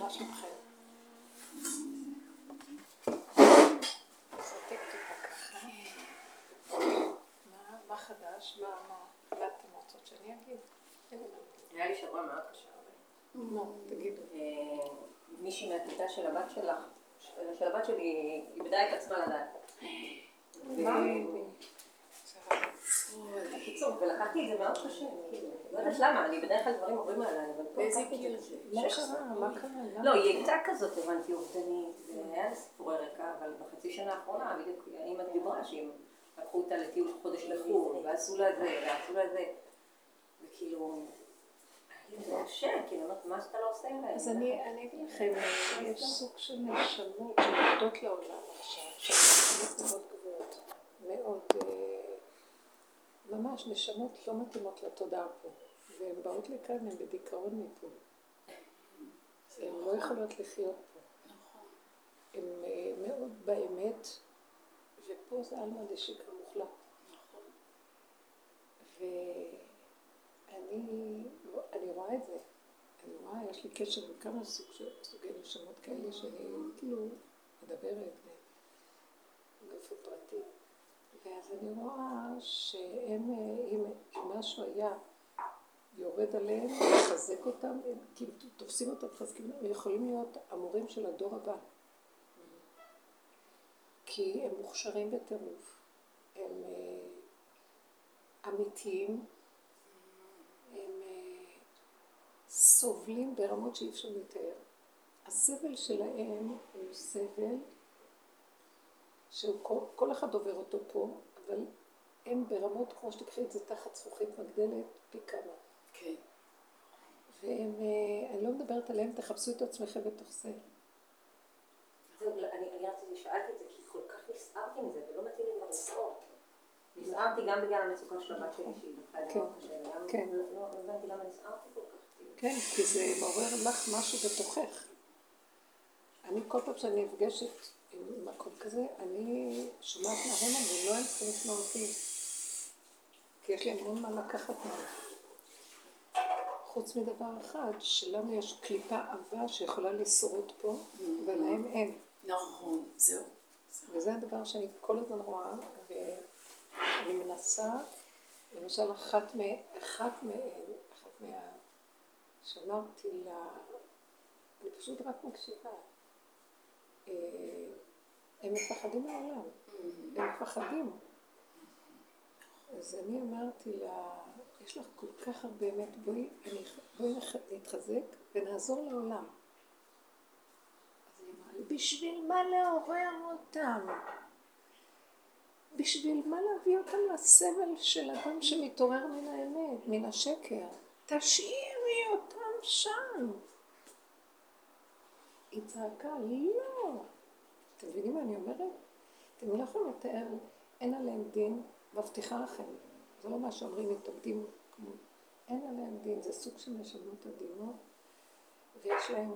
מה שלכם? זרתק טיפה ככה. מה חדש? מה אתם רוצות שאני אגיד? היה לי שבוע מאוד קשה. מה? תגידו. מישהי מהכיתה של הבת שלך, של הבת שלי, איבדה את עצמה לדעת. מה? בקיצור, ולקחתי את זה מאוד קשה. לא יודעת למה, אני בדרך כלל דברים עוברים עליי, אבל פה לקחתי את זה קשה. מה קרה? מה קרה? לא, היא הייתה כזאת, הבנתי, אובדנית, והיה לה סיפורי רקע, אבל בחצי שנה האחרונה, בדיוק, האמא דיברה שהם לקחו אותה לטיול חודש לחו"ל, ועשו לה זה, ועשו לה זה, וכאילו, זה קשה, כאילו, מה שאתה לא עושה עם להם? אז אני אגיד לכם, יש סוג של נשמות שיורדות לעולם עכשיו, שהן מאוד גבוהות, מאוד, ממש נשמות לא מתאימות לתודעה פה, והן באות לכאן, הן בדיכאון מפה. הן לא יכולות לחיות פה. הן מאוד באמת, ופה זה אלמה דשיקרא מוחלט. ואני רואה את זה. אני רואה, יש לי קשר עם כמה סוגי נשמות כאלה שאני כאילו מדברת בגוף הפרטי. ואז אני רואה שהם, אם משהו היה יורד עליהם, לחזק אותם, הם כאילו תופסים אותם, חזקים, הם יכולים להיות המורים של הדור הבא. כי הם מוכשרים בטירוף, הם אמיתיים, הם סובלים ברמות שאי אפשר לתאר. הסבל שלהם הוא סבל שכל אחד עובר אותו פה, אבל הם ברמות, כמו שתקחי את זה תחת זכוכית מגדלת, פי כמה. כן. והם, אני לא מדברת עליהם, תחפשו את עצמכם בתוך זה. זהו, אני רציתי, שאלתי את זה, כי כל כך נסערתי מזה, ולא מתאים לי כבר לסעור. נסערתי גם בגלל המצוקה של הבת שלי, שהיא דווקא דבר קשה, כן. לא הבנתי למה נסערתי כל כך. כן, כי זה מעורר לך משהו בתוכך. אני כל פעם שאני נפגשת עם מקום כזה, אני שומעת להם, אבל לא הם צריכים לשמוע אותי. כי יש לי המון מה לקחת מהם. חוץ מדבר אחד, שלנו יש קליפה עבה שיכולה לשרוד פה, ולהם אין. נכון, זהו. וזה הדבר שאני כל הזמן רואה, ואני מנסה, למשל אחת שאמרתי לה, אני פשוט רק מקשיבה. הם מפחדים מהעולם, הם מפחדים. אז אני אמרתי לה, יש לך כל כך הרבה אמת, בואי נתחזק ונעזור לעולם. אז היא אמרה לי, בשביל מה לעורר אותם? בשביל מה להביא אותם לסבל של אדם שמתעורר מן האמת, מן השקר? תשאירי אותם שם. היא צעקה, לא. אתם מבינים מה אני אומרת? אתם לא יכולים לתאר, אין עליהם דין, מבטיחה לכם. זה לא מה שאומרים, מתאבדים כמו... אין עליהם דין, זה סוג של נשמות עדינות, ויש להם...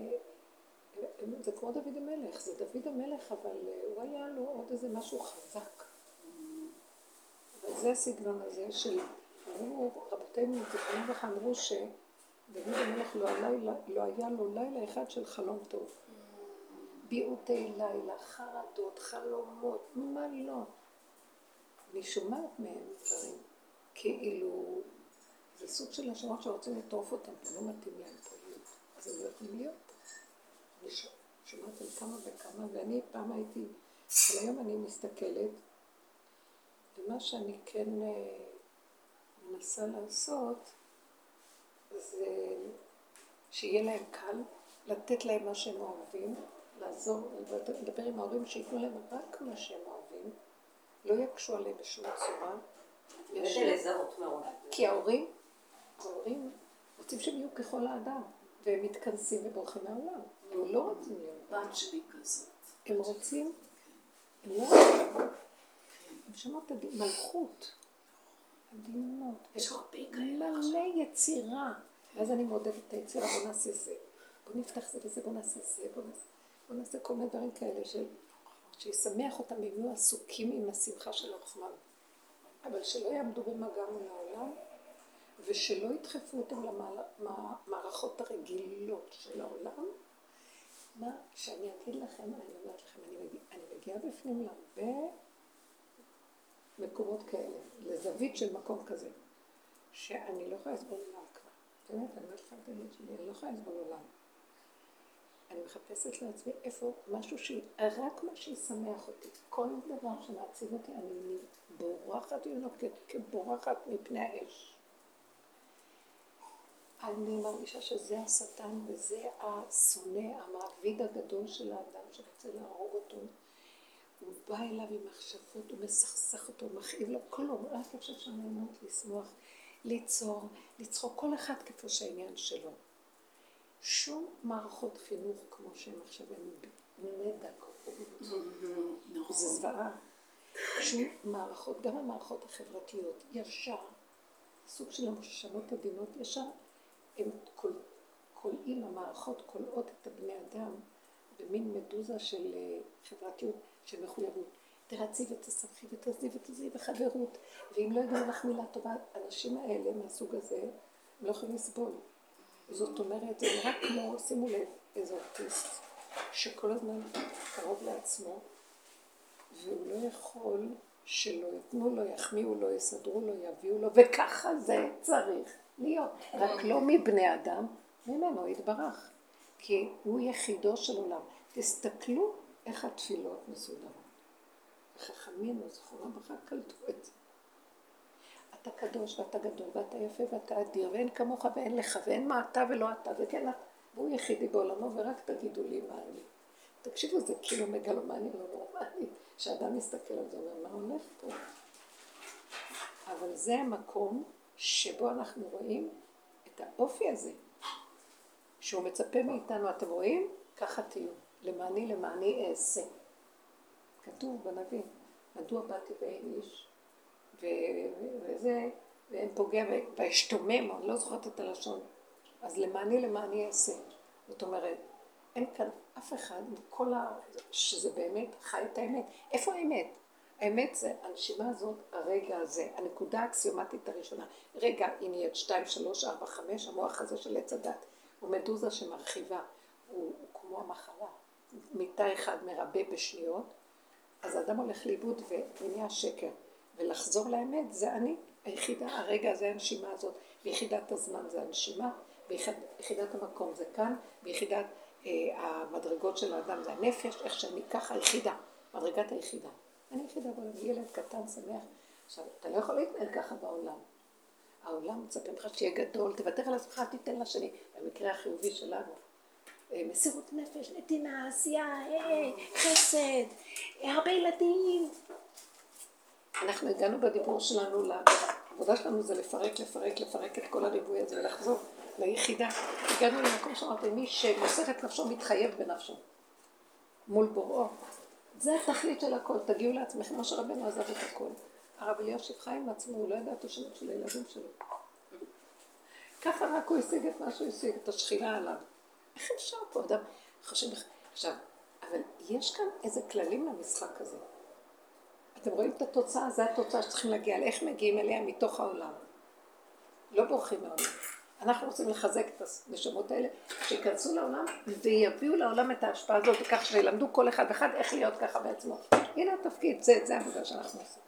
זה כמו דוד המלך, זה דוד המלך, אבל הוא היה לו עוד איזה משהו חזק. אבל זה הסגנון הזה של... רבותינו זיכרונם לברכה אמרו שדוד המלך לא היה לו לילה אחד של חלום טוב. ביעוטי לילה, חרדות, חלומות, מה לא. אני שומעת מהם דברים, כאילו, זה סוג של נשמות שרוצים לטרוף אותם, לא מתאים להם פה להיות, אז הם לא יכולים להיות פה. אני שומעת על כמה וכמה, ואני פעם הייתי, אבל היום אני מסתכלת, ומה שאני כן מנסה לעשות, זה שיהיה להם קל, לתת להם מה שהם אוהבים, לעזור, לדבר עם ההורים שיתנו להם רק מה שהם אוהבים, לא יקשו עליהם בשום צורה. לזהות מאוד. כי ההורים רוצים שהם יהיו ככל האדם, והם מתכנסים ובורחים מהעולם. הם לא רוצים להיות. בת שלי כזאת. הם רוצים, הם לא רוצים. הם שמות מלכות, עדינות. יש הרבה כאלה מלא יצירה. ואז אני מעודדת את היצירה, בוא נעשה זה. בוא נפתח זה וזה, בוא נעשה זה, בוא נעשה כל מיני דברים כאלה שישמח אותם, הם יהיו עסוקים עם השמחה של עצמם. אבל שלא יעמדו במגע מול העולם, ושלא ידחפו אותם למערכות הרגילות של העולם, מה שאני אגיד לכם, אני אומרת לכם, אני מגיעה בפנים להרבה מקומות כאלה, לזווית של מקום כזה, שאני לא יכולה לסבול עולם כבר. באמת, אני אומרת לכם את האמת שלי, אני לא יכולה לסבול עולם. אני מחפשת לעצמי איפה משהו רק מה שישמח אותי. כל דבר שמעציב אותי, אני בורחת ונוקט כבורחת מפני האש. אני מרגישה שזה השטן וזה השונא, המעביד הגדול של האדם שרוצה להרוג אותו. הוא בא אליו עם מחשבות, הוא מסכסך אותו, הוא מכאיב לו כלום, רק אפשר שנהנות, לשמוח, ליצור, לצחוק, כל אחד כפי שהעניין שלו. שום מערכות חינוך כמו שהם עכשיו הם מדכאות. זה זוועה. שום מערכות, גם המערכות החברתיות, ישר, סוג של המוששנות עדינות, ישר, הם קולעים, המערכות קולעות את הבני אדם במין מדוזה של חברתיות, של מחויבות. תרצי ותשמחי ותעזי ותעזי בחברות, ואם לא ידעו לך מילה טובה, האנשים האלה מהסוג הזה, הם לא יכולים לסבול. זאת אומרת, זה נראה כמו, שימו לב, איזה אוטיסט, שכל הזמן קרוב לעצמו, והוא לא יכול שלא יתנו לו, יחמיאו לו, יסדרו לו, יביאו לו, וככה זה צריך להיות. רק לא מבני אדם, ממנו יתברך. כי הוא יחידו של עולם. תסתכלו איך התפילות מסודרות. חכמים וזכורה בך קלטו את זה. אתה קדוש ואתה גדול ואתה יפה ואתה אדיר ואין כמוך ואין לך ואין מה אתה ולא אתה וכן אתה. והוא יחידי בעולמו ורק תגידו לי מה אני. תקשיבו, זה כאילו מגלומני לא נורמלי. כשאדם מסתכל על זה אומר, מה הולך פה? אבל זה המקום שבו אנחנו רואים את האופי הזה. שהוא מצפה מאיתנו, אתם רואים? ככה תהיו. למעני אעשה. כתוב בנביא, מדוע באתי ואין איש? וזה, ואין פוגע והשתומם, אני לא זוכרת את הלשון. אז למעני אעשה. זאת אומרת, אין כאן אף אחד, שזה באמת חי את האמת. איפה האמת? האמת זה הנשימה הזאת, הרגע הזה, הנקודה האקסיומטית הראשונה. רגע, היא נהיית 2, 3, 4, 5, המוח הזה של עץ הדת. הוא מדוזה שמרחיבה, הוא כמו המחלה. מיטה אחד מרבה בשניות, אז האדם הולך לאיבוד ונהיה שקר. ולחזור לאמת זה אני, היחידה, הרגע הזה, הנשימה הזאת, ביחידת הזמן זה הנשימה, ביחידת המקום זה כאן, ביחידת המדרגות של האדם זה הנפש, איך שאני ככה היחידה, מדרגת היחידה. אני יחידה בעולם, ילד קטן, שמח. עכשיו, אתה לא יכול להתנהל ככה בעולם. העולם מצפה לך שיהיה גדול, תוותר על עצמך, תיתן לשני. במקרה החיובי שלנו, מסירות נפש, נתינה, עשייה, חסד, הרבה ילדים. אנחנו הגענו בדיבור שלנו, העבודה שלנו זה לפרק את כל הריבוי הזה ולחזור ליחידה. הגענו למקום שאמרתי, מי שמוסר את נפשו מתחייב בנפשו, מול בוראו. זה התכלית של הכל, תגיעו לעצמכם, כמו שרבנו עזב את הכל. הרב אלישיב חיים עצמו, הוא לא ידע את השמות של הילדים שלו. ככה רק הוא השיג את מה שהוא השיג, את השכינה עליו. איך אפשר פה אדם חושב לך? עכשיו, אבל יש כאן איזה כללים למשחק הזה. אתם רואים את התוצאה, זה התוצאה שצריכים להגיע, על איך מגיעים אליה מתוך העולם. לא בורחים מהעולם. אנחנו רוצים לחזק את הנשמות האלה, שיכנסו לעולם ויביאו לעולם את ההשפעה הזאת, וכך שילמדו כל אחד ואחד איך להיות ככה בעצמו. הנה התפקיד, זה העבודה שאנחנו עושים.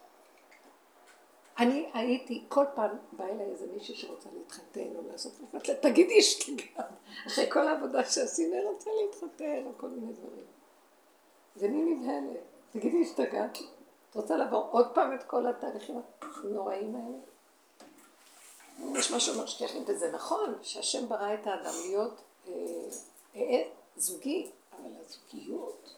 אני הייתי, כל פעם בא אליי איזה מישהי שרוצה להתחתן או לעשות מפתלת, תגידי השתגעת. אחרי כל העבודה שעשינו, אני רוצה להתחתן או כל מיני דברים. ואני נבהלת, תגידי השתגעת. את רוצה לעבור עוד פעם את כל התהליכים הנוראים האלה? יש משהו משכיח לי, וזה נכון שהשם ברא את האדם להיות זוגי, אבל הזוגיות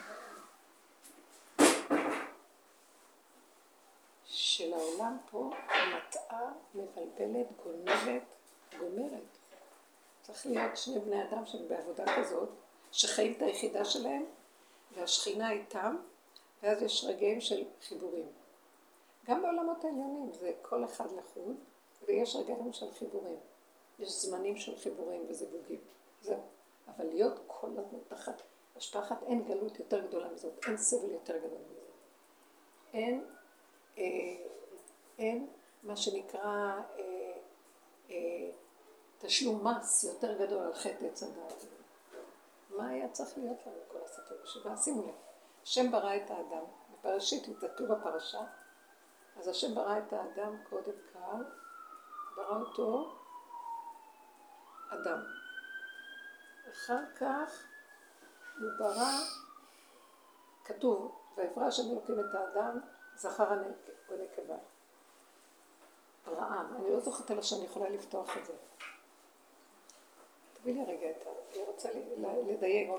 של העולם פה מטעה, מבלבלת, גומרת. צריך להיות שני בני אדם שהם בעבודה כזאת, שחיים את היחידה שלהם, והשכינה איתם, ואז יש רגעים של חיבורים. גם בעולמות העליונים זה כל אחד לחוד, ויש רגעים של חיבורים. יש זמנים של חיבורים וזיווגים. זהו. אבל להיות כל הזמן תחת השפחת, אין גלות יותר גדולה מזאת, אין סבל יותר גדול מזה. אין מה שנקרא תשלום מס יותר גדול על חטא עץ הדעת. מה היה צריך להיות לנו כל הסיפור שבה? שימו לב, השם ברא את האדם, בפרשית, אם תתלו בפרשה, אז השם ברא את האדם קודם כל, ברא אותו אדם. אחר כך הוא ברא, כתוב, ויברא השם אלוקים את האדם, זכר ונקבה. אברהם, אני לא זוכרת אלא שאני יכולה לפתוח את זה. תביא לי רגע את זה, אני רוצה לדייק.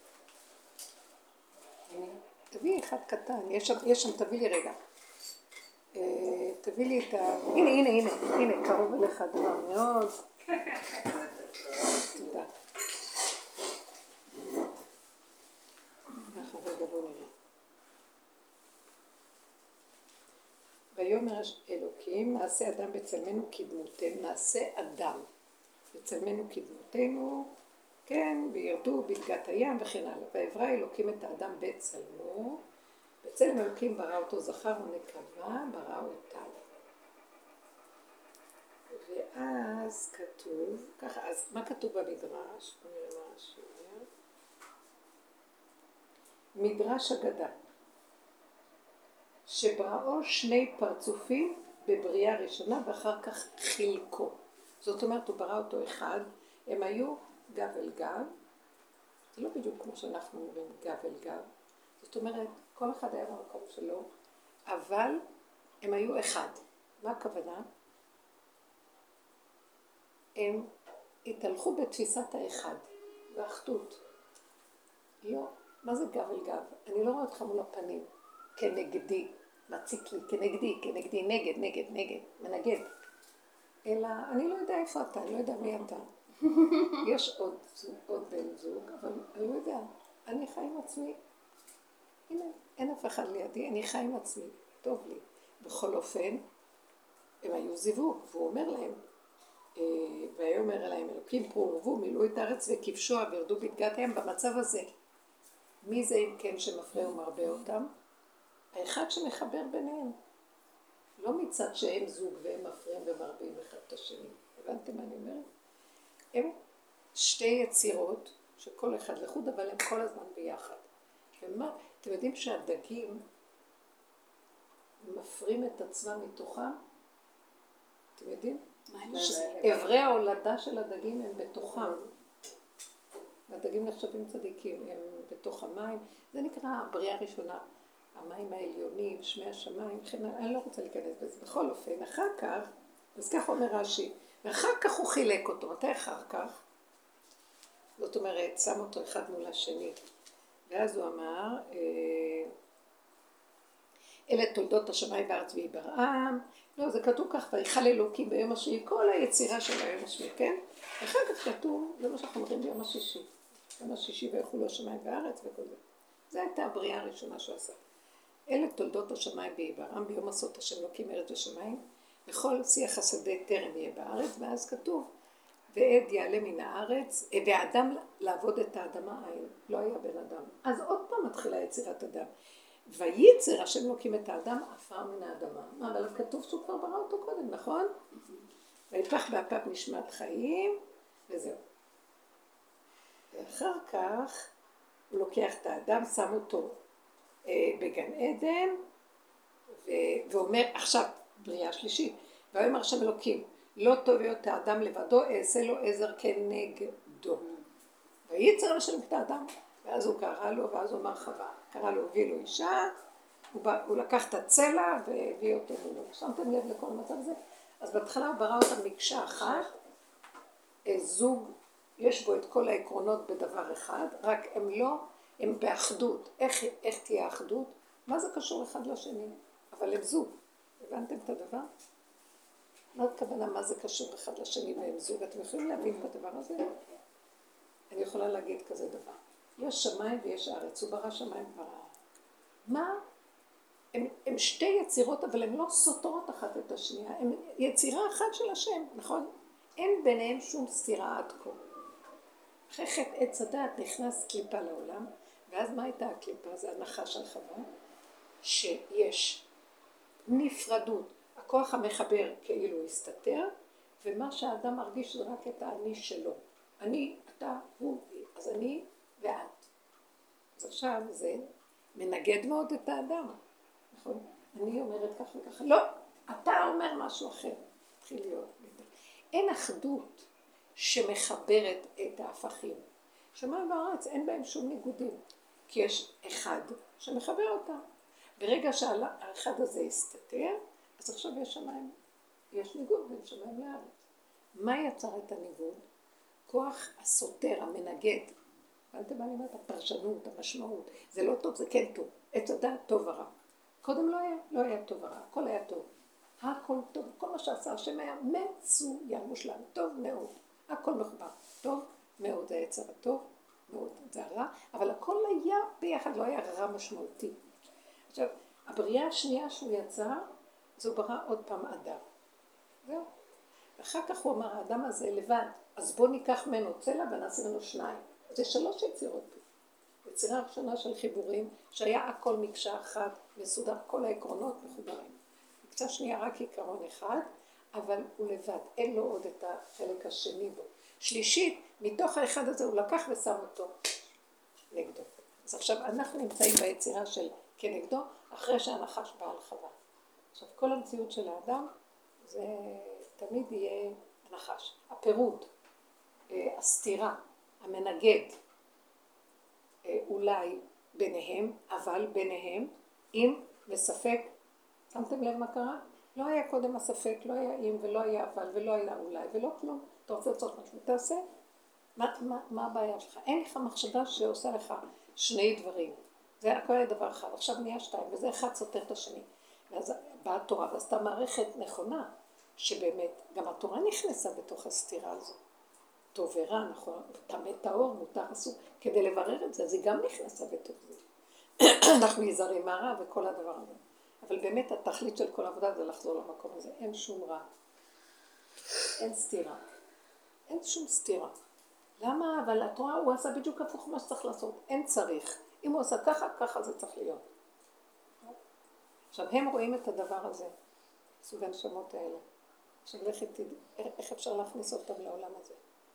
תביא אחד קטן, יש שם, תביא לי רגע. תביא לי את ה... הנה, קרוב אליך דבר מאוד. תודה. אנחנו רגע בוא נראה. ויאמר אלוקים, נעשה אדם בצלמנו כדמותנו, נעשה אדם בצלמנו כדמותנו, כן, וירדו בדגת הים וכן הלאה. ויברא אלוקים את האדם בצלמו, בצלם אלוקים ברא אותו זכר ונקבה, ברא אותם. ואז כתוב, ככה, אז מה כתוב במדרש? בוא נראה מה רש"י אומר. מדרש אגדה, שבראו שני פרצופים בבריאה ראשונה ואחר כך חילקו. זאת אומרת, הוא ברא אותו אחד, הם היו גב אל גב, זה לא בדיוק כמו שאנחנו אומרים גב אל גב, זאת אומרת, כל אחד היה במקום שלו, אבל הם היו אחד. מה הכוונה? הם התהלכו בתפיסת האחד, באחדות. לא, מה זה גב אל גב? אני לא רואה אותך מול הפנים, כנגדי, מציק לי, כנגדי, נגד, מנגד. אלא, אני לא יודע איפה אתה, אני לא יודע מי אתה. יש עוד בן זוג, אבל אני לא יודע, אני חי עם עצמי. הנה, אין אף אחד לידי, אני חי עם עצמי, טוב לי. בכל אופן, הם היו זיווג, והוא אומר להם, ויאמר להם אלוקים פרו ורבו, מילאו את הארץ וכבשוה וירדו בדגת הים במצב הזה. מי זה אם כן שמפריע ומרבה אותם? האחד שמחבר ביניהם. לא מצד שהם זוג והם מפריעים ומרבים אחד את השני. הבנתם מה אני אומרת? הם שתי יצירות שכל אחד לחוד, אבל הם כל הזמן ביחד. ומה? אתם יודעים שהדגים מפרים את עצמם מתוכם? אתם יודעים? אברי ההולדה של הדגים הם בתוכם. הדגים נחשבים צדיקים, הם בתוך המים. זה נקרא הבריאה הראשונה. המים העליונים, שמי השמיים, אני לא רוצה להיכנס בזה. בכל אופן, אחר כך, אז כך אומר רש"י, ואחר כך הוא חילק אותו. מתי אחר כך? זאת אומרת, שם אותו אחד מול השני. ואז הוא אמר, אלה תולדות השמיים בארץ ויברעם. לא, זה כתוב כך, ויחל אלוקים ביום השביעי, כל היצירה של היום השביעי, כן? אחר כך כתוב, זה מה שאנחנו אומרים ביום השישי. יום השישי ויחולו השמיים בארץ וכל זה. זו הייתה הבריאה הראשונה שהוא עשה. אלה תולדות השמיים ויברעם, ביום עשות השם אלוקים ארץ ושמיים, וכל שיח השדה טרם יהיה בארץ, ואז כתוב, ועד יעלה מן הארץ, והאדם לעבוד את האדמה אין, לא היה בן אדם. אז עוד פעם מתחילה יצירת אדם. וייצר השם אלוקים את האדם עפר מן האדמה. אבל כתוב שהוא כבר ברא אותו קודם, נכון? ויפח באפיו נשמת חיים, וזהו. ואחר כך הוא לוקח את האדם, שם אותו בגן עדן, ואומר, עכשיו, בריאה שלישית, ויאמר השם אלוקים, לא טוב להיות האדם לבדו, אעשה לו עזר כנגדו. וייצר השם את האדם, ואז הוא קרא לו, ואז הוא אמר חווה, קרא לו, הביא לו אישה, הוא לקח את הצלע והביא אותו מולו. שמתם לב לכל המצב הזה? אז בהתחלה הוא ברא אותם מקשה אחת, זוג, יש בו את כל העקרונות בדבר אחד, רק הם לא, הם באחדות. איך תהיה האחדות? מה זה קשור אחד לשני? אבל הם זוג. הבנתם את הדבר? מה הכוונה מה זה קשור אחד לשני והם זוג? אתם יכולים להבין את הדבר הזה? אני יכולה להגיד כזה דבר. יש שמיים ויש ארץ, הוא ברא שמיים וברא. מה? הם שתי יצירות, אבל הן לא סותרות אחת את השנייה. הן יצירה אחת של השם, נכון? אין ביניהם שום סתירה עד כה. אחרי חטא עץ הדעת נכנס קליפה לעולם, ואז מה הייתה הקליפה? זה הנחש על חווה, שיש נפרדות, הכוח המחבר כאילו הסתתר, ומה שהאדם מרגיש זה רק את האני שלו. אני, אתה, הוא, אז אני ואת. אז עכשיו זה מנגד מאוד את האדם. נכון? אני אומרת ככה וככה. לא, אתה אומר משהו אחר. התחיל להיות. אין אחדות שמחברת את ההפכים. שמיים בארץ אין בהם שום ניגודים. כי יש אחד שמחבר אותם. ברגע שהאחד הזה יסתתר, אז עכשיו יש שמיים. יש ניגוד בין שמיים לארץ. מה יצר את הניגוד? כוח הסותר, המנגד. הבנתם מה אני אומרת? הפרשנות, המשמעות. זה לא טוב, זה כן טוב. עץ הדעת טוב ורע. קודם לא היה טוב ורע, הכל היה טוב. הכל טוב, כל מה שעשה השם היה מצוין, מושלם, טוב מאוד. הכל מחובר, טוב מאוד, זה היצר הטוב, מאוד, זה הרע, אבל הכל היה ביחד, לא היה רע משמעותי. עכשיו, הבריאה השנייה שהוא יצא, זו ברא עוד פעם אדם. זהו. ואחר כך הוא אמר, האדם הזה לבד, אז בוא ניקח ממנו צלע ונעשה ממנו שניים. זה 3 יצירות פה. יצירה הראשונה של חיבורים, שהיה הכל מקשה אחת, מסודר, כל העקרונות מחוברים. מקשה שנייה רק עיקרון אחד, אבל הוא לבד, אין לו עוד את החלק השני בו. שלישית, מתוך האחד הזה הוא לקח ושם אותו נגדו. אז עכשיו אנחנו נמצאים ביצירה של כנגדו, אחרי שהנחש בא על חווה. עכשיו כל המציאות של האדם, זה תמיד יהיה הנחש. הפירוד, הסתירה, המנגד, אולי ביניהם, אבל ביניהם, אם מספק, שמתם לב מה קרה? לא היה קודם הספק, לא היה אם ולא היה אבל ולא היה אולי ולא כלום. אתה רוצה לעשות משהו, תעשה. מה הבעיה שלך? אין לך מחשבה שעושה לך 2 דברים. זה הכל היה דבר אחד, עכשיו נהיה 2, וזה אחד סותר את השני. ואז באה התורה, ואז אתה מערכת נכונה, שבאמת גם התורה נכנסה בתוך הסתירה הזו. טוב ורע, נכון, טמא טהור, מותר אסור, כדי לברר את זה, אז היא גם נכנסה בתוך זה. אנחנו נזהרים מהרע וכל הדבר הזה. אבל באמת התכלית של כל העבודה זה לחזור למקום הזה, אין שום רע. אין סתירה. אין שום סתירה. למה? אבל התורה הוא עשה בדיוק הפוך מה שצריך לעשות. אין צריך. אם הוא עשה ככה, ככה זה צריך להיות. עכשיו הם רואים את הדבר הזה, סוג הנשמות האלה. עכשיו איך אפשר להכניס אותם לעולם הזה?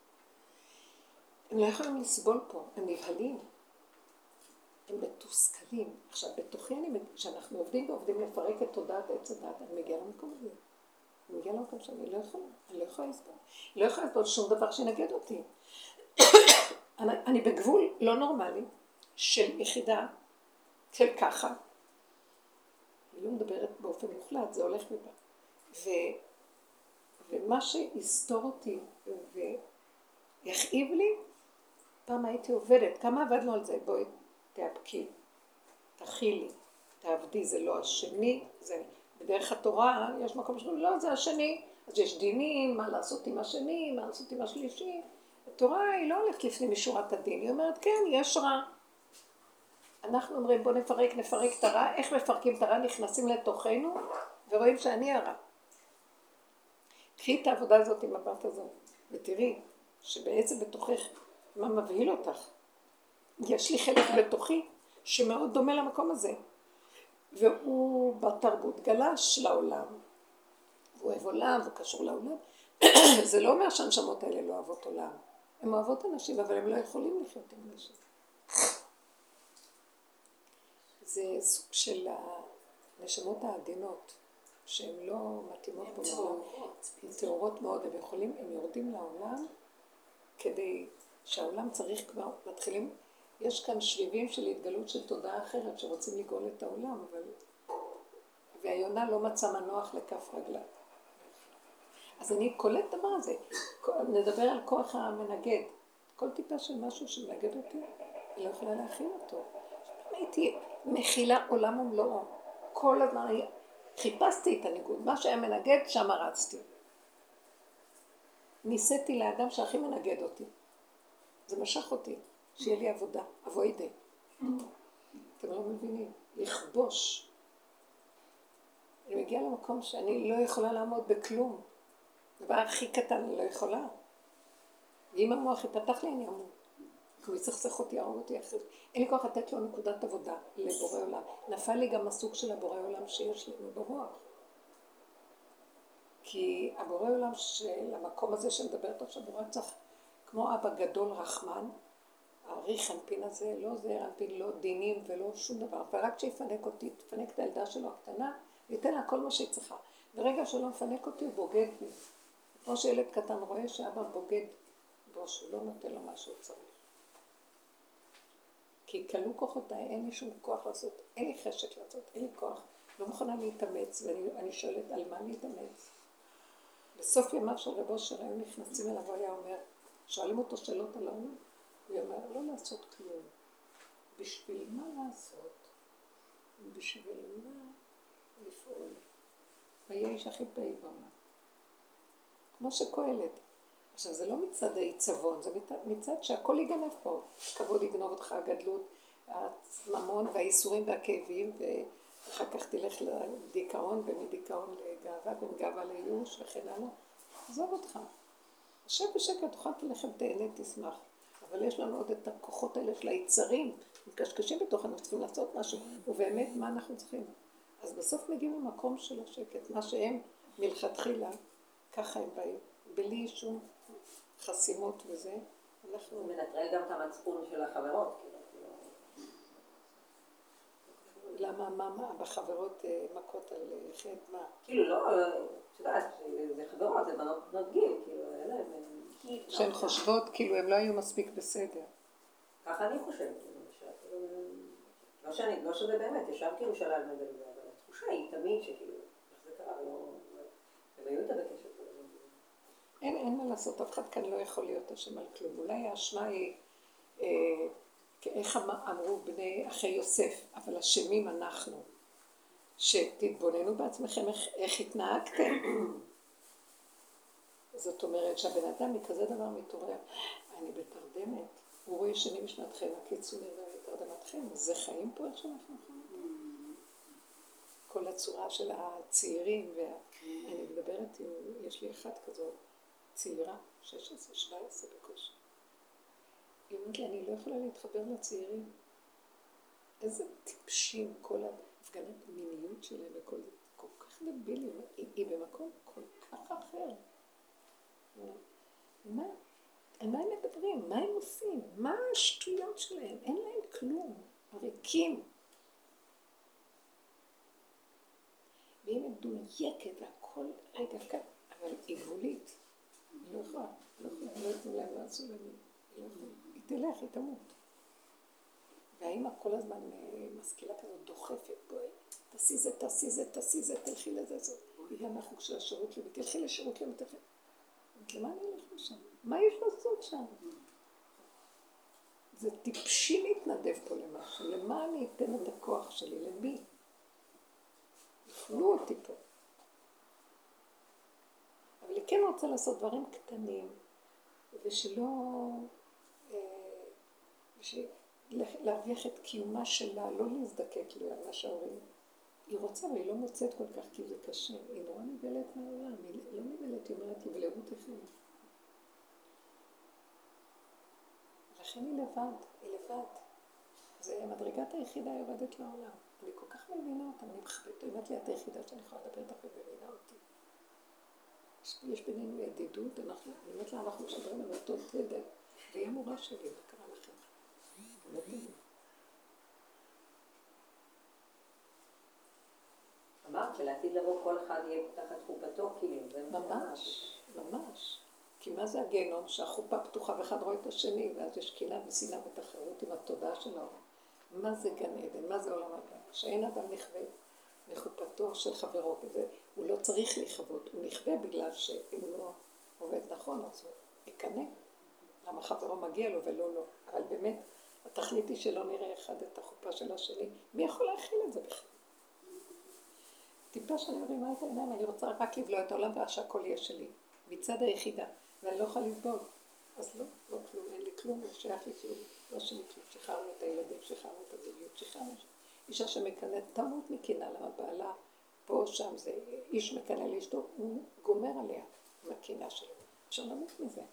הם לא יכולים לסבול פה, הם נבהלים, הם מתוסכלים. עכשיו, בתוכי כשאנחנו עובדים ועובדים לפרק את תודעת עץ הדת, אני מגיעה למקום הזה. אני מגיעה למקום שאני לא יכולה לסבול. אני לא יכולה לסבול שום דבר שנגד אותי. אני בגבול לא נורמלי של יחידה של ככה. אני לא מדברת באופן מוחלט, זה הולך ובא. ומה שיסתור אותי ויכאיב לי, פעם הייתי עובדת, כמה עבדנו על זה? בואי תאבקי, תכילי, תעבדי, זה לא השני, זה בדרך התורה, יש מקום שאומרים, לא, זה השני, אז יש דינים, מה לעשות עם השני, מה לעשות עם השלישי. התורה היא לא הולכת לפני משורת הדין, היא אומרת, כן, יש רע. אנחנו אומרים, בוא נפרק את הרע, איך מפרקים את הרע? נכנסים לתוכנו ורואים שאני הרע. קחי את העבודה הזאת עם הבת הזאת, ותראי שבעצם בתוכך, מה מבהיל אותך? יש לי חלק בתוכי שמאוד דומה למקום הזה. והוא בתרבות גלש לעולם. הוא אוהב עולם, הוא קשור לעולם. זה לא אומר שהנשמות האלה לא אוהבות עולם. הן אוהבות אנשים, אבל הם לא יכולים לחיות עם אנשים. זה סוג של הנשמות העדינות, שהן לא מתאימות פה לעולם. הן תאורות מאוד, הם יורדים לעולם כדי שהעולם צריך כבר, מתחילים, יש כאן שביבים של התגלות של תודעה אחרת שרוצים לגאול את העולם, אבל... והיונה לא מצא מנוח לכף רגלה. אז אני קולט דבר הזה, נדבר על כוח המנגד. כל טיפה של משהו שמנגד אותי, אני לא יכולה להכיל אותו. הייתי מכילה עולם ומלואו. כל הזמן חיפשתי את הניגוד. מה שהיה מנגד, שם רצתי. ניסיתי לאדם שהכי מנגד אותי. זה משך אותי, שיהיה לי עבודה, אבוידה. אתם לא מבינים, לכבוש. אני מגיעה למקום שאני לא יכולה לעמוד בכלום. דבר הכי קטן, אני לא יכולה. ואם המוח יפתח לי, אני אמות. כי הוא יצחצח אותי, יהרוג אותי אחרי זה. אין לי כוח לתת לו נקודת עבודה לבורא עולם. נפל לי גם הסוג של הבורא עולם שיש לי במוח. כי הבורא עולם של המקום הזה שמדברת עכשיו, בורא צריך כמו אבא גדול רחמן, האריך אנפין הזה, לא זה אנפין, לא דינים ולא שום דבר, ורק שיפנק אותי, תפנק את הילדה שלו הקטנה, ייתן לה כל מה שהיא צריכה. ברגע שלא מפנק אותי, הוא בוגד בי. כמו שילד קטן רואה שאבא בוגד בו, שהוא לא נותן לו מה שהוא צריך. כי כלו כוחותיי, אין לי שום כוח לעשות, אין לי חשק לעשות, אין לי כוח, לא מוכנה להתאמץ, ואני שואלת על מה להתאמץ. בסוף ימיו של רבו שהיו נכנסים אליו, הוא היה אומר, שואלים אותו שאלות על העולם, הוא אומר, לא לעשות כלום. בשביל מה לעשות? בשביל מה לפעול? והיה איש הכי פעיל בעולם. כמו שקהלת. עכשיו, זה לא מצד העיצבון, זה מצד שהכל יגנב פה. כבוד יגנוב אותך, הגדלות, הממון והאיסורים והכאבים, ואחר כך תלך לדיכאון, ומדיכאון לגאווה, ומגאווה לייאוש וכן הלאה. עזוב אותך. עכשיו בשקט, תאכל תלכם, תהנה, תשמח. אבל יש לנו עוד את הכוחות האלה של היצרים, מקשקשים בתוך, אנחנו צריכים לעשות משהו, ובאמת מה אנחנו צריכים? אז בסוף מגיעים למקום של השקט, מה שהם מלכתחילה, ככה הם באים, בלי שום חסימות וזה, אנחנו... הוא מנטרל גם את המצפון של החברות, למה, מה, בחברות מכות על חטא, מה? כאילו לא, את יודעת, זה חברות, זה בנות גיל, כאילו, אלה, שהן חושבות כאילו הם לא היו מספיק בסדר. ככה אני חושבת, לא שזה באמת, ישב כאילו שלל מגלגל, אבל התחושה היא תמיד שכאילו, איך זה קרה, הם היו איתה בקשר. אין מה לעשות, אף אחד כאן לא יכול להיות אשם על כלום. אולי האשמה היא, איך אמרו בני אחי יוסף, אבל אשמים אנחנו, שתתבוננו בעצמכם איך התנהגתם. זאת אומרת שהבן אדם מכזה דבר מתעורר, אני בתרדמת, הוא רואה שני משנתכם, הקיצו נראה בתרדמתכם, זה חיים פה איך שאנחנו חיים. כל הצורה של הצעירים, ואני מדברת, יש לי אחת כזאת, צעירה, 16-17 בקושי. היא אומרת לי, אני לא יכולה להתחבר לצעירים. איזה טיפשים, כל ההפגנת מיניות שלהם וכל זה, כל כך דבילי, היא במקום כל כך אחר. מה? על מה הם מדברים? מה הם עושים? מה השטויות שלהם? אין להם כלום. ריקים. והיא מדויקת והכל רגע כאן, אבל עיגולית. היא לא יכולה, לא יתנו להם, לא עשו להם, היא תלך, היא תמות. והאמא כל הזמן משכילה כזאת דוחפת, בואי, תעשי זה, תלכי לזה, זאת. היא גם מהחוג של השירות למי, תלכי לשירות למי, תלכי. למה אני הולך לשם? מה יש לעשות שם? זה טיפשי להתנדב פה למשהו, למה אני אתן את הכוח שלי, למי? יפלו אותי פה. אבל היא כן רוצה לעשות דברים קטנים, ושלא... להרוויח את קיומה שלה, לא להזדקק למה שההורים. היא רוצה, אבל היא לא מוצאת כל כך, כי זה קשה. היא נורא נבלת מהעולם, היא לא נבלת, היא אומרת, יבלעו תכם. לכן היא לבד. זה מדרגת היחידה יורדת לעולם. אני כל כך מבינה אותה, אני מחבאת, היא אומרת לי, את היחידה שאני יכולה לדבר איתך ומבינה אותי. יש בינינו ידידות, אני אומרת לה, אנחנו משדרים על אותו תדק, והיא המורה שלי, מה קרה לכם? לא תדעו. אמרת שלעתיד לבוא כל אחד יהיה תחת חופתו, כאילו, זה ממש. כי מה זה הגיהנום? שהחופה פתוחה ואחד רואה את השני, ואז יש קנאה ושנאה ותחרות עם התודעה של העולם. מה זה גן עדן? מה זה עולם הבא? שאין אדם נכווה מחופתו של חברו, הוא לא צריך לכבות, הוא נכווה בגלל שאם הוא לא עובד נכון, אז הוא יקנא. למה חברו מגיע לו ולא לא. אבל באמת, התכלית היא שלא נראה אחד את החופה של השני. מי יכול להכיל את זה בכלל? טיפה שאני מרימה את העיניים, אני רוצה רק לבלוע את העולם והשהכל יהיה שלי. מצד היחידה, ואני לא יכולה לסבול. אז לא כלום, אין לי כלום, לא שייך לי כלום, לא שלי כלום. שחררנו את הילדים, שחררנו את הזוגיות, שחררנו. אישה שמקנאת תמות מקנאה, למה בעלה פה, שם, זה איש מקנא לאשתו, הוא גומר עליה עם הקנאה שלו. אפשר למות מזה.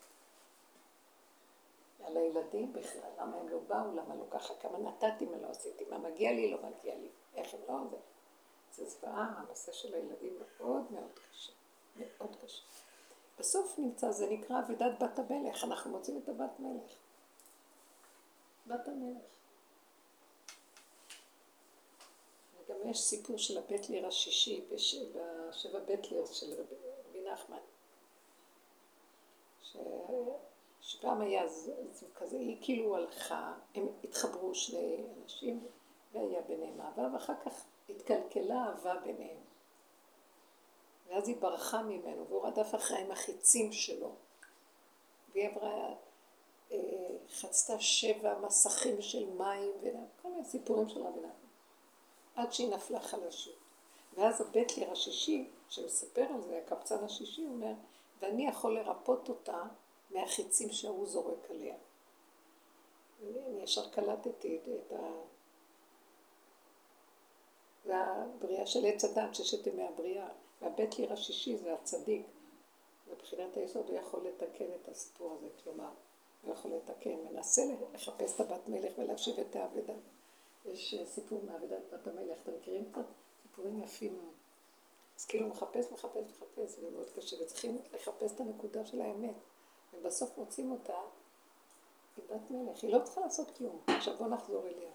על הילדים בכלל, למה הם לא באו, למה לא ככה, כמה נתתי, מה לא עשיתי, מה מגיע לי, לא מגיע לי, איך הם לא זה. זה זוועה, הנושא של הילדים מאוד מאוד קשה, מאוד קשה. בסוף נמצא, זה נקרא עבודת בת המלך, אנחנו מוצאים את הבת מלך. בת המלך. גם יש סיפור של הבית ליר השישי, בשבע בית ליר של רבי נחמן. שפעם היה זוג כזה, היא כאילו הלכה, הם התחברו שני אנשים, והיה ביניהם אהבה, ואחר כך התקלקלה אהבה ביניהם. ואז היא ברחה ממנו, והוא רדף אחרי עם החיצים שלו. והיא עברה, חצתה 7 מסכים של מים, וכל מיני סיפורים של רבי נחמן. עד שהיא נפלה חלשות. ואז הבית ליר השישי, שמספר על זה, הקבצן השישי, הוא אומר, ואני יכול לרפות אותה מהחיצים שהוא זורק עליה. אני ישר קלטתי את והבריאה של עץ הדת, ששת ימי הבריאה, והבית ליר השישי זה הצדיק. מבחינת היסוד הוא יכול לתקן את הסיפור הזה, כלומר, הוא יכול לתקן, מנסה לחפש את הבת מלך ולהשיב את האבדה. יש סיפור מעבדת בת המלך, אתם מכירים קצת? סיפורים יפים מאוד. אז כאילו מחפש, זה מאוד קשה, וצריכים לחפש את הנקודה של האמת. ובסוף מוצאים אותה, היא בת מלך, היא לא צריכה לעשות כלום. עכשיו בוא נחזור אליה.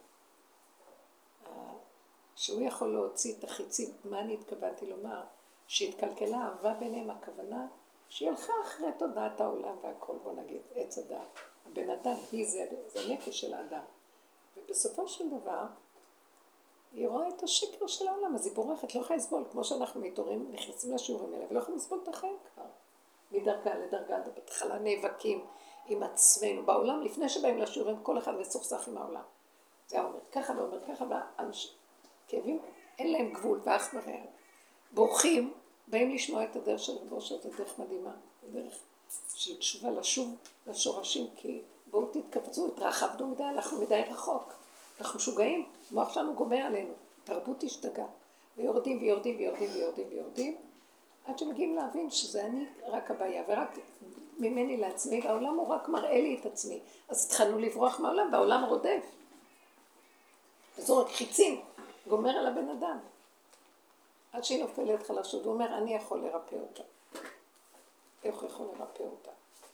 שהוא יכול להוציא את החיצים, מה אני התכוונתי לומר? שהתקלקלה אהבה ביניהם, הכוונה שהיא הלכה אחרי תודעת העולם והכל, בוא נגיד, עץ הדעת. הבן אדם, זה נפש של האדם. ובסופו של דבר, היא רואה את השקר של העולם, אז היא בורחת, לא יכולה לסבול, כמו שאנחנו מתעוררים, נכנסים לשיעורים האלה, ולא יכולים לסבול את החיים כבר. מדרגה לדרגה, בהתחלה נאבקים עם עצמנו בעולם, לפני שבאים לשיעורים, כל אחד מסוכסך עם העולם. זה אומר ככה ואומר ככה, כאבים, אין להם גבול, ואף מראה. בורחים, באים לשמוע את הדרך של רבו, שזה דרך מדהימה, דרך של תשובה, לשוב לשורשים, כי בואו תתקבצו, התרחבנו מדי, אנחנו מדי רחוק. אנחנו משוגעים, מוח שלנו גומר עלינו, תרבות השתגע. ויורדים ויורדים ויורדים ויורדים ויורדים, עד שמגיעים להבין שזה אני רק הבעיה, ורק ממני לעצמי, והעולם הוא רק מראה לי את עצמי. אז התחלנו לברוח מהעולם, והעולם רודף. וזורק חיצים, גומר על הבן אדם. עד שהיא נופלת חלשות, הוא אומר, אני יכול לרפא אותה. איך הוא יכול לרפא אותה?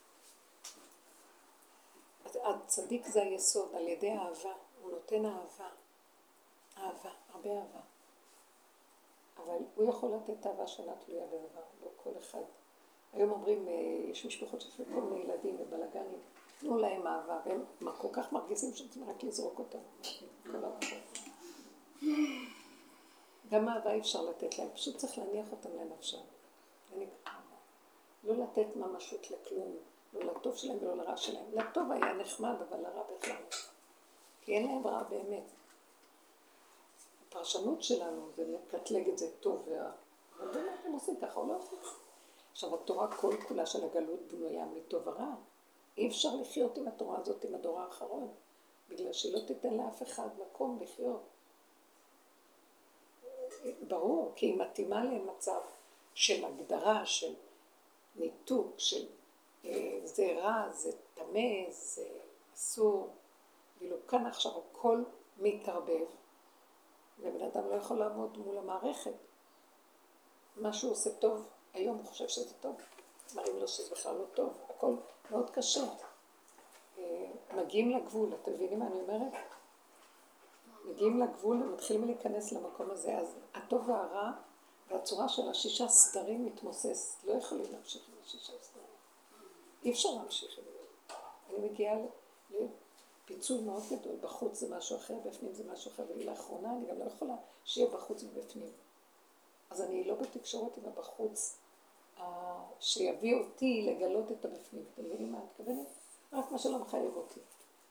הצדיק זה היסוד, על ידי אהבה. הוא נותן אהבה, הרבה אהבה. אבל הוא יכול לתת אהבה שאינה תלויה בדבר, לא כל אחד. היום אומרים, יש משפחות שיש כל מיני ילדים ובלגנים, תנו להם אהבה, והם כל כך מרגישים שצריכים רק לזרוק אותם. גם אהבה אי אפשר לתת להם, פשוט צריך להניח אותם לנפשם. לא לתת ממשות לכלום, לא לטוב שלהם ולא לרע שלהם. לטוב היה נחמד, אבל לרע בכלל. כי אין להם רע באמת. הפרשנות שלנו זה לקטלג את זה טוב ורע. אבל באמת הם עושים ככה או לא עושים. עכשיו התורה כל כולה של הגלות בנויה מטוב ורע. אי אפשר לחיות עם התורה הזאת, עם הדור האחרון. בגלל שהיא לא תיתן לאף אחד מקום לחיות. ברור, כי היא מתאימה למצב של הגדרה, של ניתוק, של זה רע, זה טמא, זה אסור. ואילו כאן עכשיו הכל מתערבב, ובן אדם לא יכול לעמוד מול המערכת. מה שהוא עושה טוב, היום הוא חושב שזה טוב, מראים לו שזה בכלל לא טוב, הכל מאוד קשה. מגיעים לגבול, אתם מבינים מה אני אומרת? מגיעים לגבול ומתחילים להיכנס למקום הזה, אז הטוב והרע והצורה של 6 סדרים מתמוסס, לא יכולים להמשיך עם 6 סדרים. אי אפשר להמשיך עם זה. אני מגיעה לפיצול מאוד גדול, בחוץ זה משהו אחר, בפנים זה משהו אחר, ולאחרונה אני גם לא יכולה שיהיה בחוץ ובפנים. אז אני לא בתקשורת עם הבחוץ, שיביא אותי לגלות את הבפנים. אתם מבינים מה את מתכוונת? רק מה שלא מחייב אותי.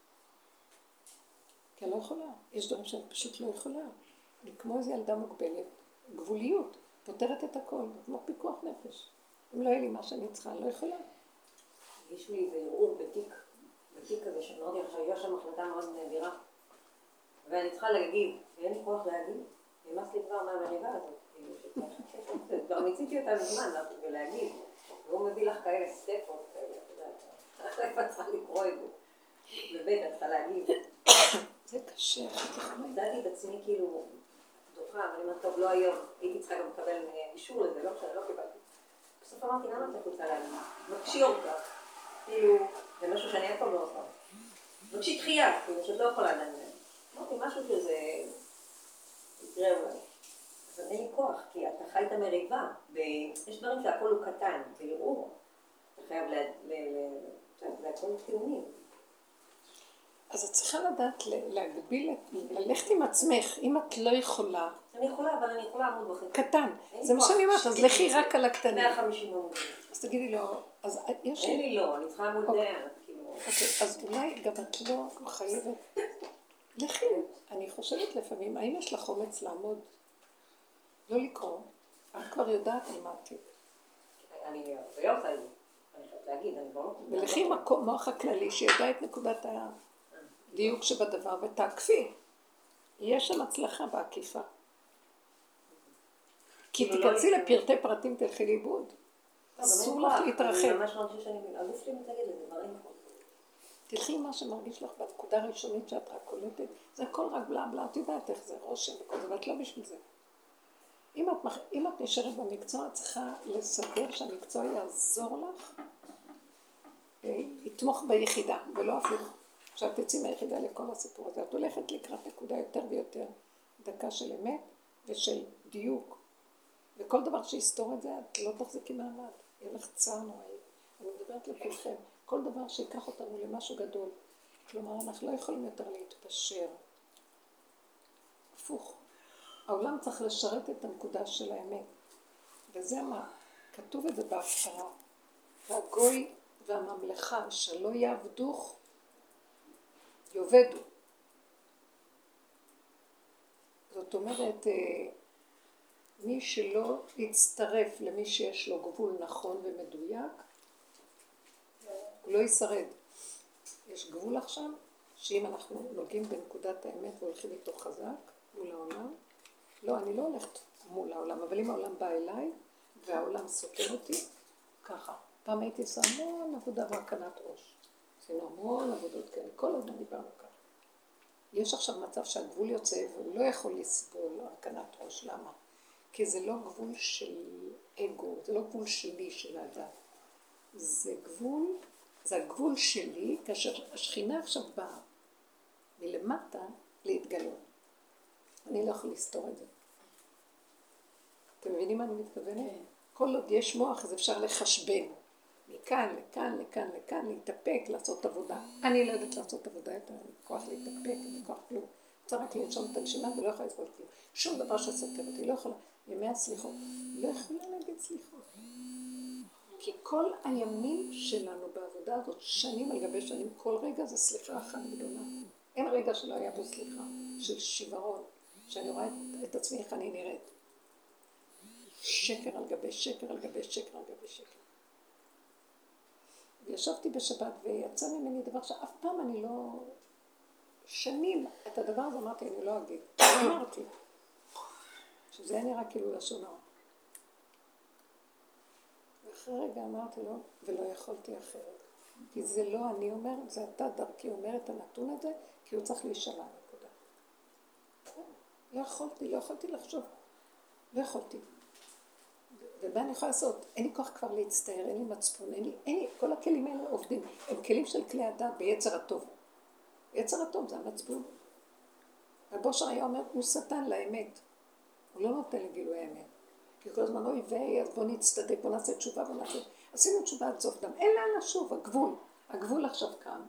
כי אני לא יכולה. יש דברים שאני פשוט לא יכולה. אני כמו איזו ילדה מוגבלת, גבוליות, פותרת את הכל, כמו פיקוח נפש. אם לא יהיה לי מה שאני צריכה, אני לא יכולה. יש לי איזה ערעור בתיק כזה שאמרתי לך, היה שם החלטה מאוד נדירה. ואני צריכה להגיד, ואין לי כוח להגיד, נמאס לי כבר מהמריבה הזאת. כבר מיציתי אותה מזמן ולהגיד, והוא מביא לך כאלה סטפות כאלה, אתה יודעת, את צריכה לקרוא את זה. בבית, את צריכה להגיד. זה קשה. ידעתי את עצמי כאילו דוחה, אבל אני אומרת, טוב, לא היום, הייתי צריכה גם לקבל אישור לזה, לא כשאני לא קיבלתי. בסוף אמרתי, למה את רוצה להגיד? מקשיר אותך. כאילו, זה משהו שאני אף פעם לא עושה. בבקשי דחייה, כאילו שאת לא יכולה עדיין. אמרתי משהו שזה יקרה אולי. אז אין לי כוח, כי אתה חי את המריבה, ויש דברים שהכל הוא קטן, ולראו, אתה חייב זה הכל טיעונים. אז את צריכה לדעת להגביל, ללכת עם עצמך, אם את לא יכולה. אני יכולה, אבל אני יכולה לעמוד בחיים. קטן, זה מה שאני אומרת, אז לכי רק על הקטנים. 150 עמודים. אז תגידי לו, אז יש אין לי לא, אני צריכה לעמוד דיין, כאילו. אוקיי, אז אולי גם את לא חייבת. לכי, אני חושבת לפעמים, האם יש לך אומץ לעמוד? לא לקרוא, את כבר יודעת על מה את. אני לא עושה את זה. אני חייבת להגיד, אני לא... ולכי עם המוח הכללי שידע את נקודת הדיוק שבדבר ותעקפי. יש שם הצלחה בעקיפה. כי תיכנסי לפרטי פרטים, תלכי לאיבוד. אסור לך להתרחב. אני ממש מרגישה שאני... הגוף שלי מתנגד לזה, דברים פה. תלכי מה שמרגיש לך בנקודה הראשונית שאת רק קולטת. זה הכל רק בלה בלה, את יודעת איך זה רושם וכל זה, ואת לא בשביל זה. אם את נשארת במקצוע, את צריכה לסדר שהמקצוע יעזור לך, יתמוך ביחידה, ולא הפוך. כשאת תצאי מהיחידה לכל הסיפור הזה, את הולכת לקראת נקודה יותר ויותר דקה של אמת ושל דיוק. וכל דבר שיסתור את זה, את לא תחזיקי מעמד. יהיה לך צער נוראי. אני מדברת לכולכם. כל דבר שיקח אותנו למשהו גדול. כלומר, אנחנו לא יכולים יותר להתפשר. הפוך. העולם צריך לשרת את הנקודה של האמת. וזה מה, כתוב את זה בהפטרה. והגוי והממלכה שלא יעבדוך, יובדו. זאת אומרת, מי שלא יצטרף למי שיש לו גבול נכון ומדויק, הוא לא ישרד. יש גבול עכשיו, שאם אנחנו נוגעים בנקודת האמת והולכים איתו חזק מול העולם, לא, אני לא הולכת מול העולם, אבל אם העולם בא אליי והעולם סותר אותי, ככה. פעם הייתי עושה המון עבודה והקנת ראש. עשינו המון עבודות כאלה, כל הזמן דיברנו ככה. יש עכשיו מצב שהגבול יוצא והוא לא יכול לסבול הקנת ראש. למה? כי זה לא גבול של אגו, זה לא גבול שלי של האדם. זה הגבול שלי, כאשר השכינה עכשיו באה מלמטה להתגלות. אני לא יכול לסתור את זה. אתם מבינים מה אני מתכוונת? כל עוד יש מוח, אז אפשר לחשבן. מכאן, לכאן, לכאן, לכאן, להתאפק, לעשות עבודה. אני לא יודעת לעשות עבודה יותר, אין לי כוח להתאפק, אין לי כוח כלום. רוצה רק לנשום את הנשימה ולא יכולה לסבול כלום. שום דבר שסותר אותי, לא יכולה. ימי הסליחות, לא יכולה להגיד סליחות. כי כל הימים שלנו בעבודה הזאת, שנים על גבי שנים, כל רגע זה סליחה אחת גדולה. אין רגע שלא היה פה סליחה, של שברון, שאני רואה את עצמי איך אני נראית. שקר על גבי שקר על גבי שקר על גבי שקר. וישבתי בשבת ויצא ממני דבר שאף פעם אני לא... שנים את הדבר הזה אמרתי, אני לא אגיד. אמרתי. שזה היה נראה כאילו לשון הרע. ואחרי רגע אמרתי לו, ולא יכולתי אחרת. כי זה לא אני אומרת, זה אתה דרכי אומרת הנתון הזה, כי הוא צריך להישמע נקודה. לא יכולתי לחשוב. לא יכולתי. ומה אני יכולה לעשות? אין לי כוח כבר להצטער, אין לי מצפון, אין לי, כל הכלים האלה עובדים. הם כלים של כלי אדם ביצר הטוב. יצר הטוב זה המצפון. הבושר היה אומר, הוא שטן לאמת. הוא לא נותן לגילוי האמת. כי כל הזמן אוי ואי, אז בוא נצטדק, בוא נעשה תשובה, בוא נעשה... עשינו תשובה עד סוף דם. אין לאן לשוב, הגבול. הגבול עכשיו כאן.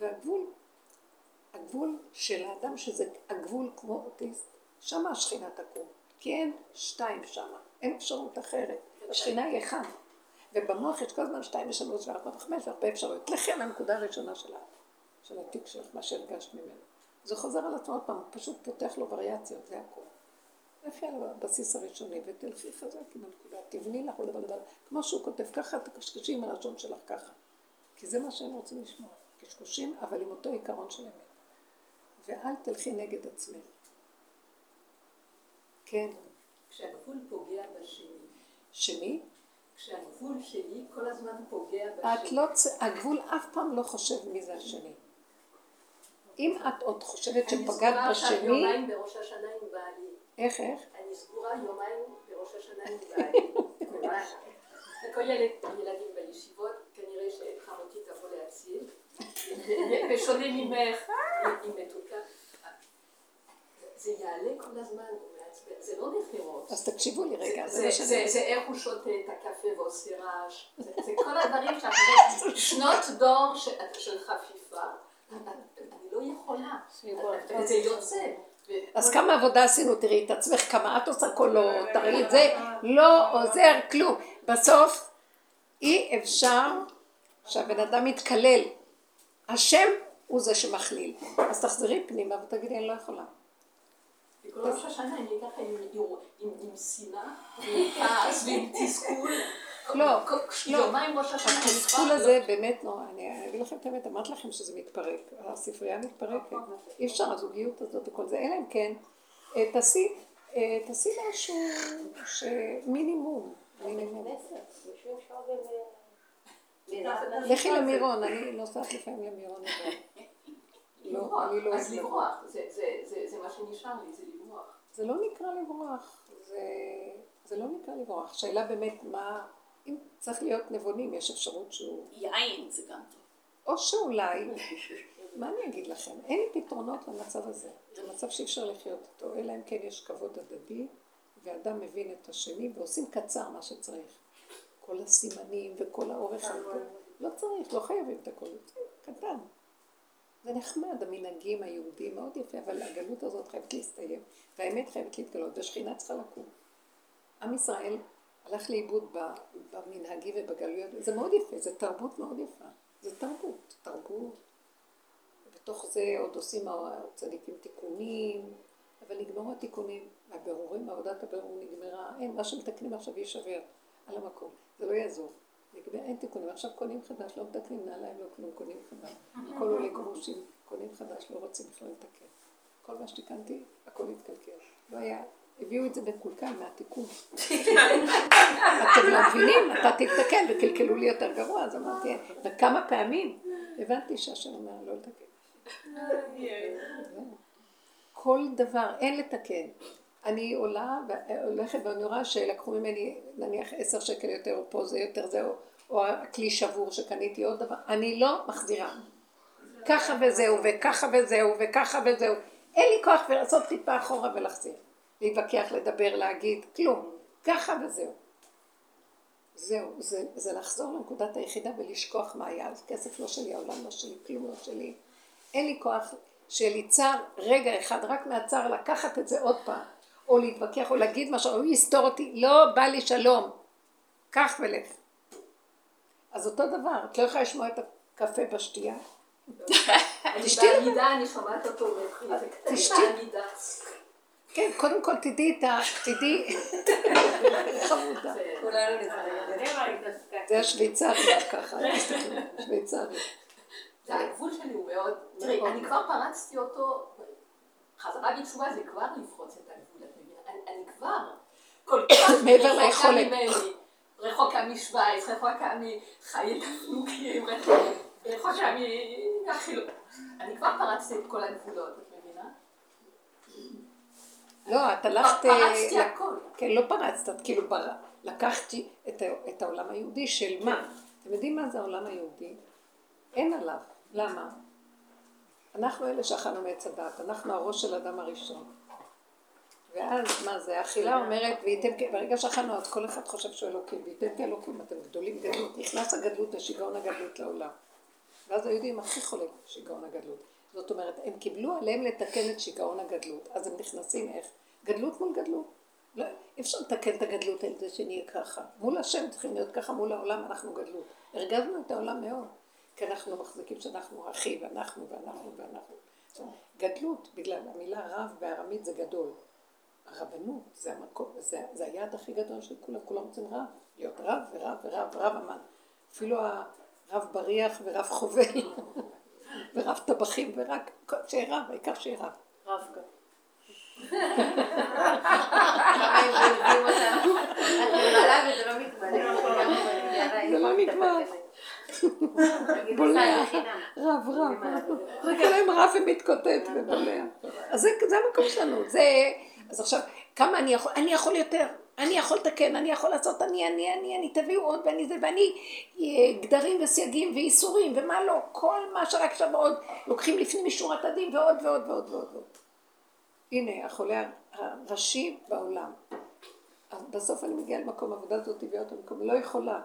והגבול של האדם שזה הגבול כמו אוטיסט, שמה השכינה תקום. כי אין שתיים שמה. אין אפשרות אחרת. השכינה היא אחד. ובמוח יש כל הזמן 2 ו3 ו4 ו5 והרבה אפשרויות. לכן הנקודה הראשונה של התיק שלך, מה שהרגשת ממנו. זה חוזר על עצמו עוד פעם, פשוט פותח לו וריאציות, זה הכל. לכי על הבסיס הראשוני ותלכי חזק עם הנקודה, תבני לך ולבלבל. כמו שהוא כותב ככה, תקשקשים על הלשון שלך ככה. כי זה מה שהם רוצים לשמוע. קשקושים, אבל עם אותו עיקרון של אמת. ואל תלכי נגד עצמך. כן. כשהגבול פוגע בשני. שמי? כשהגבול שלי כל הזמן פוגע בשני. הגבול אף פעם לא חושב מי זה השני. אם את עוד חושבת שפגעת בשני... אני סגורה יומיים בראש השנה עם בעלי. איך? אני סגורה יומיים בראש השנה עם בעלי. כל ילדים בישיבות, כנראה שחמותי תבוא להציל. בשונה ממך, היא מתוקה. זה יעלה כל הזמן, זה לא נחירות. אז תקשיבו לי רגע. זה איך הוא שותה את הקפה ועושה רעש. זה כל הדברים שאחרי שנות דור של חפיפה, אני לא יכולה. זה יוצא. אז כמה עבודה עשינו, תראי את עצמך, כמה את עושה קולות, תראי את זה, לא עוזר כלום. בסוף אי אפשר שהבן אדם יתקלל. השם הוא זה שמכליל. אז תחזרי פנימה ותגידי, אני לא יכולה. בכל ראש השנה אני ככה עם שנאה, עם כעס ועם תסכול. לא, יומיים ראש השנה. התסכול הזה באמת נורא, אני אגיד לכם את האמת, אמרת לכם שזה מתפרק, הספרייה מתפרקת, אי אפשר הזוגיות הזאת וכל זה, אלא אם כן, תעשי משהו שמינימום. לכי למירון, אני נוסעת לפעמים למירון. אז לברוח, זה מה שנשאר לי, זה לברוח. זה לא נקרא לברוח, זה לא נקרא לברוח. השאלה באמת מה, אם צריך להיות נבונים, יש אפשרות שהוא... יין זה גם טוב. או שאולי, מה אני אגיד לכם, אין לי פתרונות למצב הזה. זה מצב שאי אפשר לחיות אותו, אלא אם כן יש כבוד הדדי, ואדם מבין את השני, ועושים קצר מה שצריך. כל הסימנים וכל האורך, לא צריך, לא חייבים את הכל, זה קטן. זה נחמד, המנהגים היהודיים מאוד יפה, אבל הגלות הזאת חייבת להסתיים, והאמת חייבת להתגלות, והשכינה צריכה לקום. עם ישראל הלך לאיבוד במנהגים ובגלויות, זה מאוד יפה, זה תרבות מאוד יפה, זה תרבות. בתוך זה עוד עושים הצדיקים תיקונים, אבל נגמרו התיקונים, הבירורים, עבודת הבירור נגמרה, אין, מה שמתקנים עכשיו יישבר על המקום, זה לא יעזור. אין תיקונים, עכשיו קונים חדש, לא מתקנים נעליים, לא כלום, קונים חדש. הכל עולה גרושים, קונים חדש, לא רוצים בכלל לתקן. כל מה שתיקנתי, הכל התקלקל. לא היה, הביאו את זה בקולקל מהתיקון. אתם לא מבינים, אתה תתקן וקלקלו לי יותר גרוע, אז אמרתי, וכמה פעמים הבנתי שהשם אומר, לא לתקן. כל דבר, אין לתקן. אני הולכת ואני רואה שלקחו ממני נניח 10 שקל יותר, או פה זה יותר זה, או הכלי שבור שקניתי עוד דבר, אני לא מחזירה. ככה וזהו, וככה וזהו, וככה וזהו. אין לי כוח לעשות טיפה אחורה ולחזיר. להתווכח, לדבר, להגיד, כלום. ככה וזהו. זהו, זה לחזור לנקודת היחידה ולשכוח מה היה. אז כסף לא שלי, העולם לא שלי, כלום לא שלי. אין לי כוח של יצר רגע אחד, רק מהצער לקחת את זה עוד פעם. או להתווכח, או להגיד משהו, או יסתור אותי, לא בא לי שלום, קח ולך. אז אותו דבר, את לא יכולה לשמוע את הקפה בשתייה? תשתי בעמידה, אני שומעת אותו תשתי. בעמידה. כן, קודם כל תדעי חמודה. זה השוויצרי ככה, שוויצרי. זה הגבול שלי הוא מאוד, תראי, אני כבר פרצתי אותו, חזרה בתשובה זה כבר לפרוץ את הגבול, את מבינה? אני כבר כל כך רחוקה ממני, רחוקה משוויץ, רחוקה מחיית הפנוקים, רחוקה מהחילוק. אני כבר פרצתי את כל הגבולות, את מבינה? לא, את הלכת... פרצתי הכל. כן, לא פרצת, את כאילו לקחתי את העולם היהודי של מה? אתם יודעים מה זה העולם היהודי? אין עליו. למה? אנחנו אלה שאכלנו מעץ הדת, אנחנו הראש של אדם הראשון. ואז מה זה? האכילה אומרת, ברגע שאכלנו, אז כל אחד חושב שהוא אלוקים, וייתם כאלוקים, אתם גדולים גדלות, נכנס הגדלות לשיגעון הגדלות לעולם. ואז היהודים הכי חולים שיגעון הגדלות. זאת אומרת, הם קיבלו עליהם לתקן את שיגעון הגדלות, אז הם נכנסים איך? גדלות מול גדלות. לא, אפשר לתקן את הגדלות על זה שנהיה ככה. מול השם צריכים להיות ככה, מול העולם אנחנו גדלות. הרגזנו את העולם מאוד. כי אנחנו מחזיקים שאנחנו אחי, ואנחנו. גדלות, בגלל המילה רב בארמית זה גדול. הרבנות זה המקום, זה היעד הכי גדול של כולם, כולם רוצים רב. להיות רב ורב אמן. אפילו הרב בריח ורב חובל, ורב טבחים, ורק שיהיה רב, העיקר שיהיה רב. רב גם. כמה הם גולבים אותם. את נולדה וזה לא מתמלא. זה לא נגמר. בולע, רב, רק עליהם רב ומתקוטט ובולע. אז זה המקום שלנו, אז עכשיו, כמה אני יכול יותר, אני יכול לתקן, אני יכול לעשות, אני, תביאו עוד ואני זה, ואני גדרים וסייגים ואיסורים ומה לא, כל מה שרק שם עוד לוקחים לפנים משורת הדין ועוד ועוד ועוד ועוד. הנה, החולה הראשי בעולם. בסוף אני מגיעה למקום, עבודה זאת תביאה אותה למקום, לא יכולה.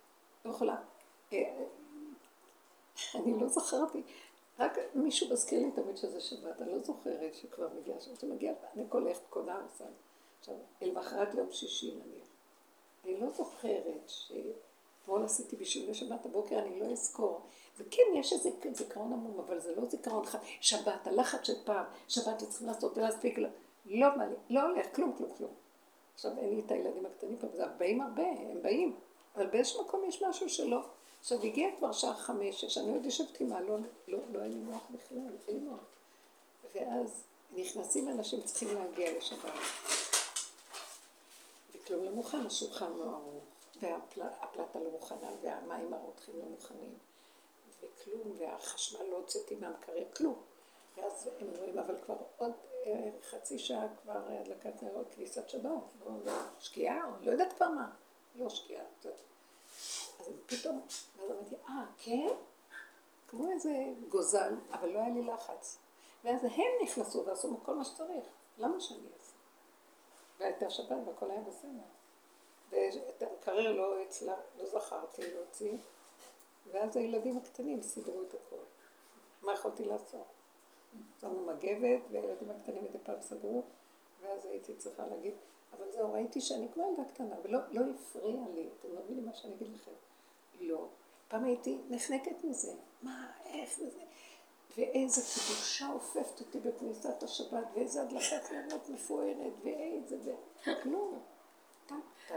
אני לא זכרתי, רק מישהו מזכיר לי תמיד שזה שבת, אני לא זוכרת שכבר מגיעה שם, שמגיעה, אני הולכת קונה עושה. עכשיו, למחרת יום שישי נניח. אני לא זוכרת שאתמול עשיתי בשביל שבת הבוקר, אני לא אזכור. וכן, יש איזה זיכרון עמום, אבל זה לא זיכרון חד. שבת, הלחץ של פעם, שבת שצריכים לעשות ולהספיק, לא הולך, כלום. עכשיו, אין לי את הילדים הקטנים פה, זה באים הרבה, הם באים. אבל באיזשהו מקום יש משהו שלא. עכשיו, הגיע כבר שעה 5, אני עוד יושבת עם מעלון, לא היה לי נוח בכלל, אין לי נוח. ואז נכנסים אנשים צריכים להגיע לשבת. וכלום לא מוכן, השולחן לא ערוך, והפלטה לא מוכנה, והמים הרותחים לא מוכנים, וכלום, והחשמל לא הוצאתי מהמקרר, כלום. ואז הם אומרים, אבל כבר עוד חצי שעה כבר הדלקת נרות, כניסת שבת, שקיעה, לא יודעת כבר מה, לא שקיעה. אז פתאום, ואז אמרתי, כן? כמו איזה גוזל, אבל לא היה לי לחץ. ואז הם נכנסו ועשו כל מה שצריך, למה שאני אעשה? והייתה שבת והכל היה בסדר. ואת המקרר לא זכרתי להוציא, ואז הילדים הקטנים סידרו את הכל. מה יכולתי לעשות? שמנו מגבת, והילדים הקטנים מדי פעם סגרו, ואז הייתי צריכה להגיד, אבל זהו, ראיתי שאני כמו ילדה קטנה, ולא הפריע לי, אתם לא מבינים מה שאני אגיד לכם. לא. פעם הייתי נחנקת מזה. מה, איך וזה? ואיזה קדושה אופפת אותי בכניסת השבת, ואיזה הדלקת נרות מפוארת, ואיזה כלום. טק.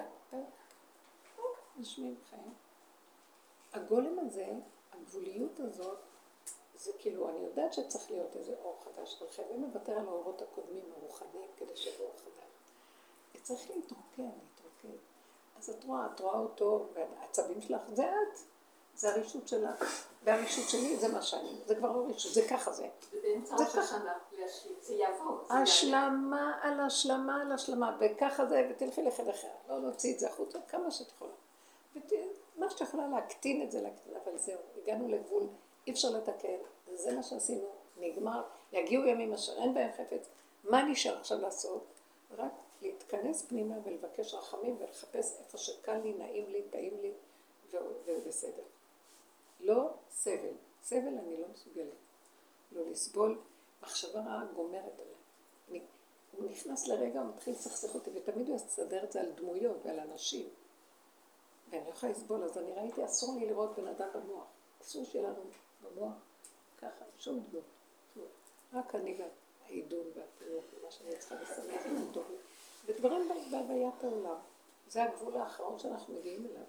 נשמים חיים. הגולם הזה, הגבוליות הזאת, זה כאילו, אני יודעת שצריך להיות איזה אור חדש, אבל חייבים לוותר על האורות הקודמים הרוחניים כדי שיהיה אור חדש. צריך להתרוקן. אז את רואה אותו, והעצבים שלך, זה את. זה הרישות שלך, והרישות שלי זה מה שאני, זה כבר לא רישות, זה ככה זה. באמצע ראש השנה, זה יעבור. השלמה על השלמה, וככה זה, ותלכי לחד אחר, לא להוציא את זה החוצה, כמה שאת יכולה. מה שאת יכולה להקטין את זה, אבל זהו, הגענו לגבול, אי אפשר לתקן, זה מה שעשינו, נגמר, יגיעו ימים אשר אין בהם חפץ, מה נשאר עכשיו לעשות? רק להתכנס פנימה ולבקש רחמים ולחפש איפה שקל לי, נעים לי, טעים לי, ובסדר. לא סבל. סבל אני לא מסוגלת. לא לסבול. מחשבה רעה גומרת עליי. הוא נכנס לרגע, הוא מתחיל לסכסך אותי, ותמיד הוא יסדר את זה על דמויות ועל אנשים. ואני לא יכולה לסבול, אז אני ראיתי, אסור לי לראות בן אדם במוח. אסור שיהיה לנו במוח ככה, שום דמות. רק אני והעידון והפינוק, מה שאני צריכה לשמח את טוב. ודברים בהוויית העולם. זה הגבול האחרון שאנחנו מגיעים אליו.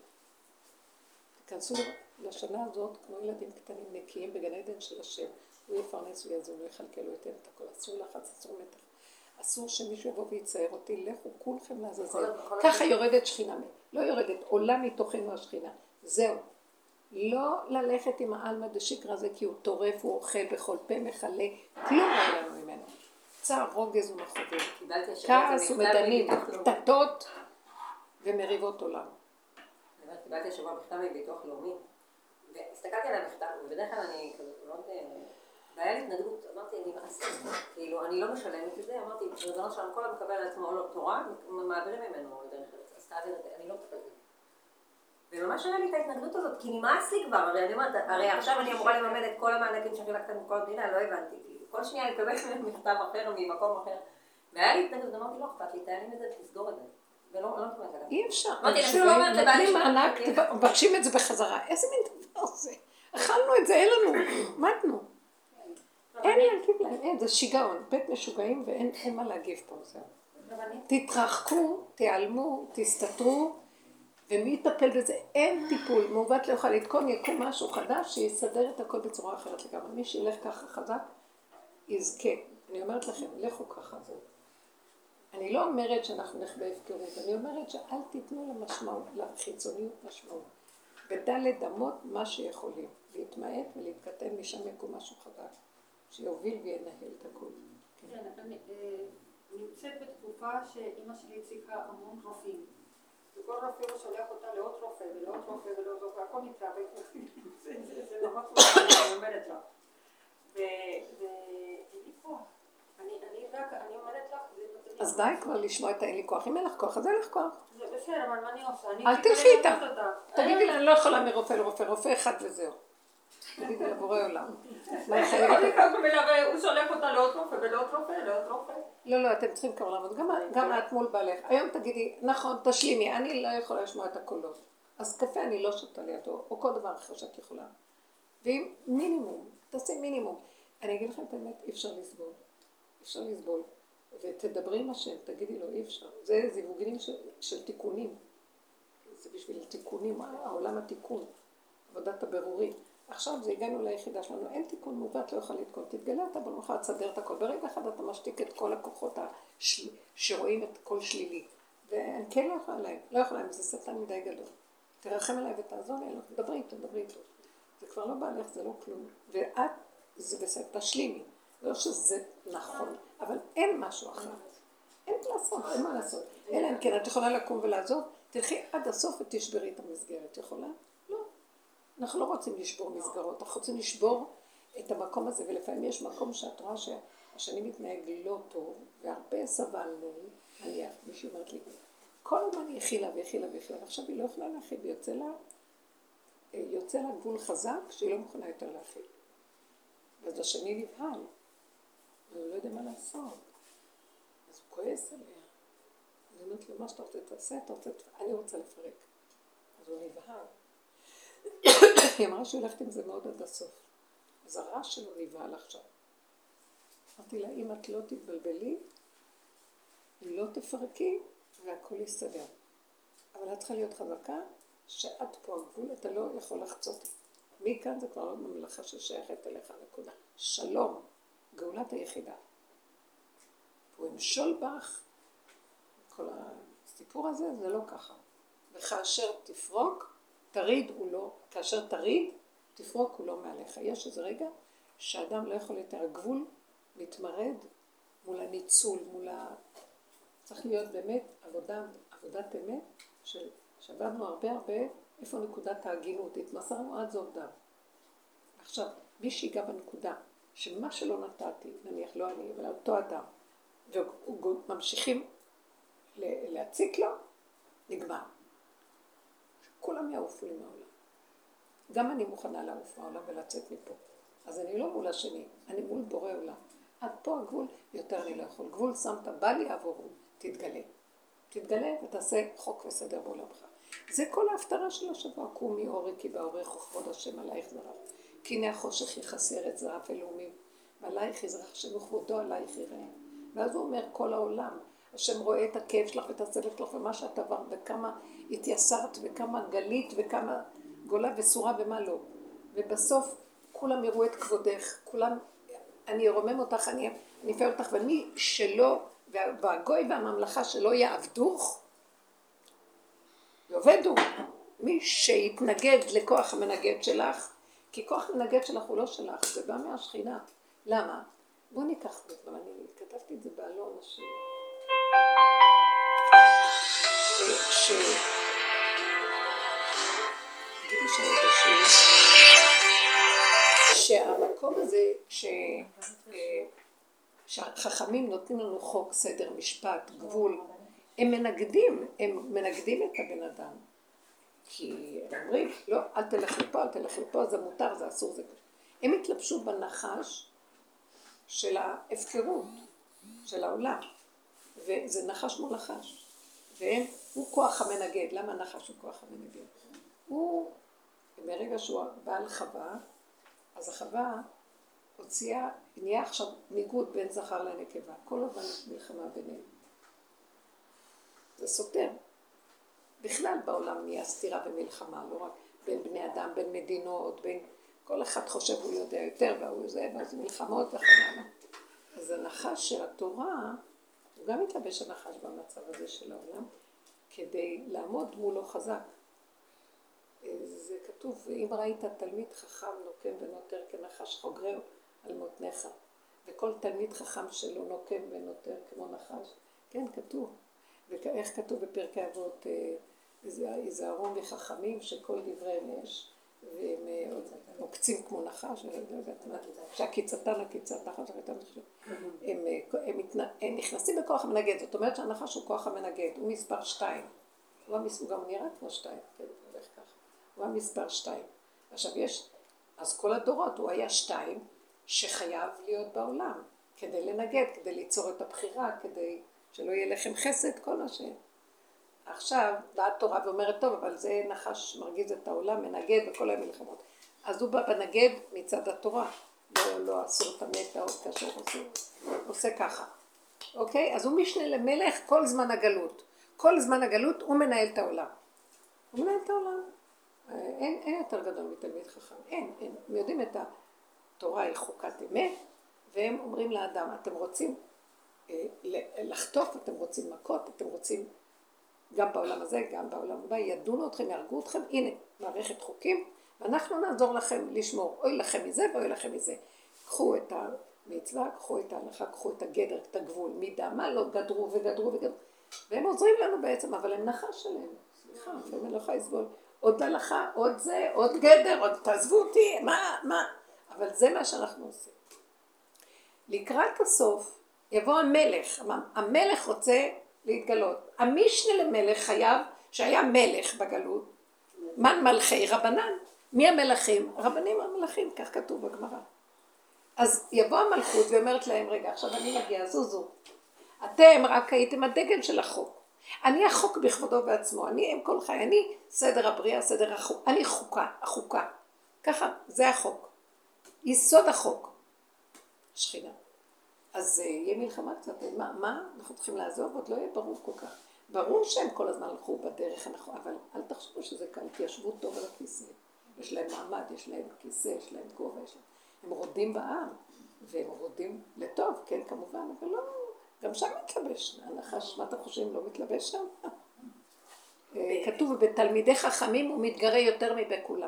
תכנסו לשנה הזאת כמו ילדים קטנים נקיים בגן עדן של השם. הוא יפרנס ויעזור, הוא יכלכל, הוא ייתן את הכל. אסור לחץ, אסור מתח. אסור שמישהו יבוא ויצייר אותי, לכו כולכם לעזאזל. ככה יורדת שכינה. לא יורדת, עולה מתוכנו השכינה. זהו. לא ללכת עם העלמא דשיקרא הזה, כי הוא טורף, הוא אוכל בכל פה, מכלה. כלום לא היה לנו ממנו. צער, רוגז ומחובים. כעס ומדנים, קטטות ומריבות עולם. קיבלתי השבוע מכתב מביטוח לאומי, והסתכלתי על המכתב, ובדרך כלל אני כזאת מאוד... והיה לי התנגדות, אמרתי, אני מעשית, כאילו, אני לא משלמת את זה, אמרתי, ריבונו שלנו, כל המקבל על עצמו תורה, מעבירים ממנו דרך ארץ, אז תעביר את זה, אני לא מטפלת בזה. וממש היה לי את ההתנגדות הזאת, כי נמאס לי כבר, הרי אני אומרת, הרי עכשיו אני אמורה לממן את כל המענקים שחילקתם מכל המדינה, לא הבנתי, כאילו, כל שנייה אני מקבלת מכתב אחר ממקום אחר, והיה לי התנגדות, אמרתי, לא אכפת לי, תעלים את זה, תסגור את זה. אי אפשר. אפילו לא אומרת לבעלי מענק, מבקשים את זה בחזרה. איזה מין דבר זה? אכלנו את זה, אין לנו, מתנו. אין להגיב להם, אין, זה שיגעון, בית משוגעים ואין מה להגיב פה. תתרחקו, תיעלמו, תסתתרו, ומי יטפל בזה? אין טיפול. מעוות לא יוכל לתקון, יקום משהו חדש שיסדר את הכל בצורה אחרת לגמרי. מי שילך ככה חזק, יזכה. אני אומרת לכם, לכו ככה זהו. אני לא אומרת שאנחנו נלך בהפקרות, אני אומרת שאל תיתנו למשמעות, לחיצוניות משמעות. בדלת אמות מה שיכולים, להתמעט ולהתקטן משם יקום משהו חדש, שיוביל וינהל את הכל. כן, נמצאת בתקופה שאימא שלי הציקה המון רופאים. וכל רופא הוא שולח אותה לעוד רופא ולעוד רופא ולעוד רופא, הכל מתרחק. זה ממש מוזר, אני אומרת לך. ואין לי כוח. אני אומרת לך, זה נותן לי... אז די כבר לשמוע את האין לי כוח. אם אין לך כוח, אז אין לך כוח. זה בסדר, אבל מה אני עושה? אל תלכי איתה. תגידי לה, אני לא יכולה מרופא לרופא, רופא אחד וזהו. תגידי לה, בורא עולם. מה היא חייבת? הוא שולח אותה לעוד רופא ולעוד רופא, לעוד רופא. לא, אתם צריכים כבר לעבוד. גם את מול בעלך. היום תגידי, נכון, תשלימי, אני לא יכולה לשמוע את הקולות. אז קפה אני לא שותה לידו, או כל דבר אחר שאת יכולה. ואם מינימום, תעשי מינימום. אני אגיד לכם את האמת, אי אפשר לסבול. אי אפשר לסבול. ותדברי עם השם, תגידי לו, אי אפשר. זה זיווגים של תיקונים. זה בשביל תיקונים, העולם התיקון, עבודת הבירורים. עכשיו זה הגענו ליחידה שלנו, אין תיקון מעוות, לא יכולה לתקון. תתגלה אתה במחר, תסדר את הכל. ברגע אחד אתה משתיק את כל הכוחות שרואים את כל שלילי. ואני כן לא יכולה להם, לא יכולה להם, זה שטן מדי גדול. תרחם עליי ותעזור לי, דברי איתו. זה כבר לא בעלך, זה לא כלום. ואת, זה בסדר, תשלימי. לא שזה נכון, אבל אין משהו אחר. אין מה לעשות. אלא אם כן, את יכולה לקום ולעזוב, תלכי עד הסוף ותשברי את המסגרת. יכולה? לא. אנחנו לא רוצים לשבור מסגרות, אנחנו רוצים לשבור את המקום הזה, ולפעמים יש מקום שאת רואה שהשני מתנהג לא טוב, והרבה סבלנו, מישהי אומרת לי, כל הזמן היא הכילה, עכשיו היא לא יכולה להכיל, ויוצא לה גבול חזק שהיא לא מוכנה יותר להכיל. ואז השני נבהל, והוא לא יודע מה לעשות. אז הוא כועס עליה. אני אומרת לו, מה שאתה רוצה תעשה, אני רוצה לפרק. אז הוא נבהל. היא אמרה שהיא הולכת עם זה מאוד עד הסוף. אז הרעש שלו נבהל עכשיו. אמרתי לה, אם את לא תתבלבלי, לא תפרקי, והכל יסתדר. אבל את צריכה להיות חזקה, שאת פה הגבול, אתה לא יכול לחצות. מכאן זה כבר לא ממלכה ששייכת אליך, נקודה. שלום, גאולת היחידה. הוא ימשול בך, כל הסיפור הזה זה לא ככה. וכאשר תפרוק, תריד הוא לא, כאשר תריד, תפרוק הוא לא מעליך. יש איזה רגע שאדם לא יכול יותר, הגבול מתמרד מול הניצול, צריך להיות באמת עבודת אמת, שעבדנו הרבה, איפה נקודת ההגינות, התמסרנו עד זוב דם. עכשיו, מי שיגע בנקודה, שמה שלא נתתי, נניח לא אני, אבל אותו אדם, וממשיכים להציק לו, נגמר. כולם יעופו לי מהעולם. גם אני מוכנה לעוף מהעולם ולצאת מפה. אז אני לא מול השני, אני מול בורא עולם. עד פה הגבול, יותר אני לא יכול. גבול שמת, בא לי עבורו, תתגלה ותעשה חוק וסדר בעולמך. זה כל ההפטרה של השבוע. קומי אורי כי באורך וכבוד השם עלייך זרח. כי הנה החושך יחסי ארץ זרף אלוהים. ועלייך יזרח השם וכבודו עלייך יראה. ואז הוא אומר כל העולם. השם רואה את הכאב שלך ואת הסבל שלך ומה שאת עברת וכמה התייסרת וכמה גלית וכמה גולה וסורה ומה לא. ובסוף כולם יראו את כבודך, כולם, אני ארומם אותך, אני אפעל אותך, ומי שלא, והגוי והממלכה שלא יעבדוך, יעבדו. מי שיתנגד לכוח המנגד שלך, כי כוח המנגד שלך הוא לא שלך, זה בא מהשכינה. למה? בואו ניקח בזמן, אני כתבתי את זה בעלון השני. תגידי שאני בשביל שהמקום הזה שהחכמים נותנים לנו חוק, סדר, משפט, גבול, הם מנגדים את הבן אדם, כי הם אומרים, לא, אל תלך לפה, זה מותר, זה אסור, זה... הם התלבשו בנחש של ההפקרות, של העולם, וזה נחש מול נחש, והוא כוח המנגד. למה נחש הוא כוח המנגד? הוא, ברגע שהוא בעל חווה, אז החווה הוציאה, נהיה עכשיו ניגוד בין זכר לנקבה, כל הזמן מלחמה ביניהם. זה סותר. בכלל בעולם נהיה סתירה ומלחמה, לא רק בין בני אדם, בין מדינות, בין... כל אחד חושב הוא יודע יותר, והוא זה, ואז מלחמות וכן הלאה. אז הנחש של התורה, הוא גם מתלבש הנחש במצב הזה של העולם, כדי לעמוד מולו חזק. זה כתוב, אם ראית תלמיד חכם נוקם ונותר כנחש חוגרהו על מותניך. וכל תלמיד חכם שלו נוקם ונותר כמו נחש. כן, כתוב. ואיך כתוב בפרקי אבות, היזהרו מחכמים שכל דבריהם יש, והם עוקצים כמו נחש, שהקיצתן הקיצת נחש, הם נכנסים בכוח המנגד, זאת אומרת שהנחש הוא כוח המנגד, הוא מספר 2. הוא גם נראה כמו 2, כן, הולך ככה. הוא המספר 2. עכשיו יש, אז כל הדורות הוא היה 2 שחייב להיות בעולם, כדי לנגד, כדי ליצור את הבחירה, כדי שלא יהיה לכם חסד, כל מה ש... עכשיו, באה התורה ואומרת, טוב, אבל זה נחש מרגיז את העולם, מנגד בכל המלחמות. אז הוא בא בנגד מצד התורה, לא אסור את המת עוד כאשר עושה ככה. אוקיי? אז הוא משנה למלך כל זמן הגלות. כל זמן הגלות הוא מנהל את העולם. הוא מנהל את העולם. אין יותר גדול מתלמיד חכם. אין. הם יודעים את התורה היא חוקת אמת, והם אומרים לאדם, אתם רוצים לחטוף, אתם רוצים מכות, אתם רוצים גם בעולם הזה, גם בעולם הבא, ידונו אתכם, יהרגו אתכם, הנה, מערכת חוקים, ואנחנו נעזור לכם לשמור, אוי לכם מזה ואוי לכם מזה. קחו את המצווה, קחו את ההלכה, קחו את הגדר, את הגבול, מידה, מה לא גדרו וגדרו, והם עוזרים לנו בעצם, אבל הם נחש שלהם, סליחה, לפעמים אני לא יכולה לסבול, עוד הלכה, עוד זה, עוד גדר, עוד תעזבו אותי, מה, אבל זה מה שאנחנו עושים. לקראת הסוף יבוא המלך רוצה להתגלות. המשנה למלך חייב, שהיה מלך בגלות, מן מלכי רבנן. מי המלכים? רבנים המלכים, כך כתוב בגמרא. אז יבוא המלכות ואומרת להם, רגע, עכשיו אני מגיע, זוזו. אתם רק הייתם הדגל של החוק. אני החוק בכבודו בעצמו, אני עם כל חי, אני סדר הבריאה, סדר החוק, אני החוקה. ככה, זה החוק. יסוד החוק. שכינה. אז יהיה מלחמה קצת, מה? אנחנו צריכים לעזוב, עוד לא יהיה ברור כל כך. ברור שהם כל הזמן הלכו בדרך הנכון, אבל אל תחשבו שזה קל, תיישבו טוב על הכיסא. יש להם מעמד, יש להם כיסא, יש להם גובה, הם רודים בעם, והם רודים לטוב, כן, כמובן, אבל לא, גם שם מתלבש. הנחש, מה אתה חושבים, לא מתלבש שם? כתוב, בתלמידי חכמים הוא מתגרה יותר מבכולם.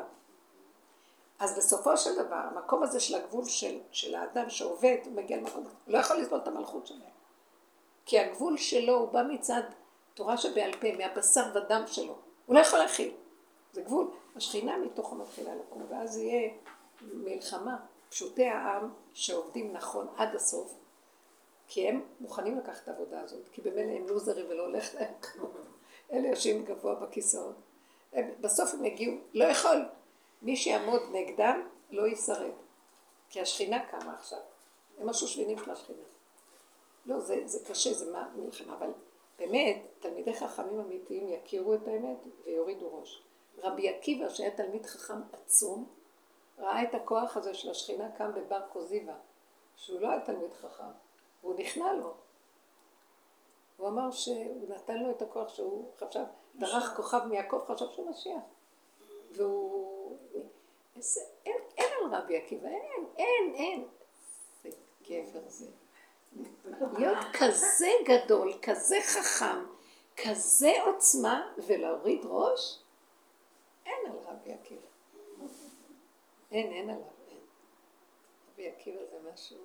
אז בסופו של דבר, המקום הזה של הגבול של האדם שעובד, הוא מגיע למקום, הוא לא יכול לסבול את המלכות שלהם. כי הגבול שלו הוא בא מצד תורה שבעל פה, מהבשר ודם שלו. הוא לא יכול להכיל. זה גבול. השכינה מתוכו מתחילה לקום, ואז יהיה מלחמה. פשוטי העם שעובדים נכון עד הסוף, כי הם מוכנים לקחת את העבודה הזאת, כי במילא הם לוזרים ולא הולך להם כמו. אלה יושבים גבוה בכיסאות. בסוף הם הגיעו, לא יכול. מי שיעמוד נגדם לא ישרד, כי השכינה קמה עכשיו. הם השושבינים של השכינה. לא, זה קשה, זה מלחמה, אבל באמת, תלמידי חכמים אמיתיים יכירו את האמת ויורידו ראש. רבי עקיבא, שהיה תלמיד חכם עצום, ראה את הכוח הזה של השכינה קם בבר כוזיבא, שהוא לא היה תלמיד חכם, והוא נכנע לו. הוא אמר שהוא נתן לו את הכוח שהוא חשב, דרך כוכב מיעקב, חשב שהוא משיח. והוא... אין על רבי עקיבא, אין. זה גבר זה. להיות כזה גדול, כזה חכם, כזה עוצמה, ולהוריד ראש, אין על רבי עקיבא. אין עליו, אין. רבי עקיבא זה משהו.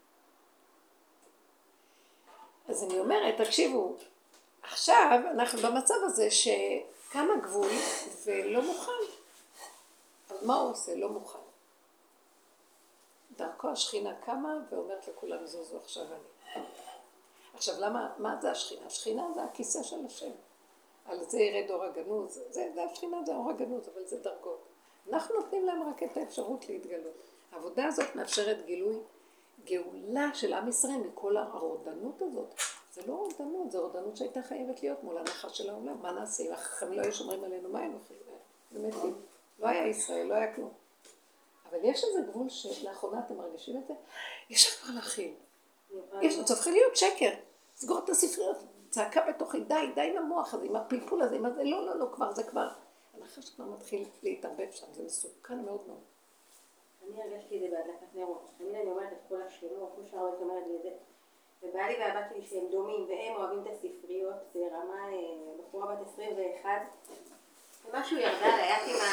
אז אני אומרת, תקשיבו, עכשיו אנחנו במצב הזה שקם הגבול ולא מוכן. אז מה הוא עושה? לא מוכן. דרכו השכינה קמה ואומרת לכולם זוזו עכשיו אני. עכשיו למה, מה זה השכינה? השכינה זה הכיסא של השם. על זה ירד אור הגנוז. זה השכינה, זה אור הגנוז, אבל זה דרגות. אנחנו נותנים להם רק את האפשרות להתגלות. העבודה הזאת מאפשרת גאולה של עם ישראל מכל הרודנות הזאת. זה לא רודנות, זה רודנות שהייתה חייבת להיות מול הנחש של העולם. מה נעשה? אם החכמים לא היו שומרים עלינו, מה הם הולכים? באמת, לא היה ישראל, לא היה כלום. אבל יש איזה גבול שלאחרונה אתם מרגישים את זה? יש לך כבר להכיל. זה הופך להיות שקר. סגור את הספריות, צעקה בתוכי, די למוח הזה, עם הפלפול הזה, עם הזה, לא, כבר זה כבר. הנחש כבר מתחיל להתערבב שם, זה מסוכן מאוד מאוד. אני הרגשתי את זה בהדלקת נרות. תמיד אני אומרת את כל השמות, כמו שהרבנית אומרת לי את זה. ובעלי והבת שלי שהם דומים, והם אוהבים את הספריות ברמה, בחורה בת 21. ומשהו ירדה ליד עם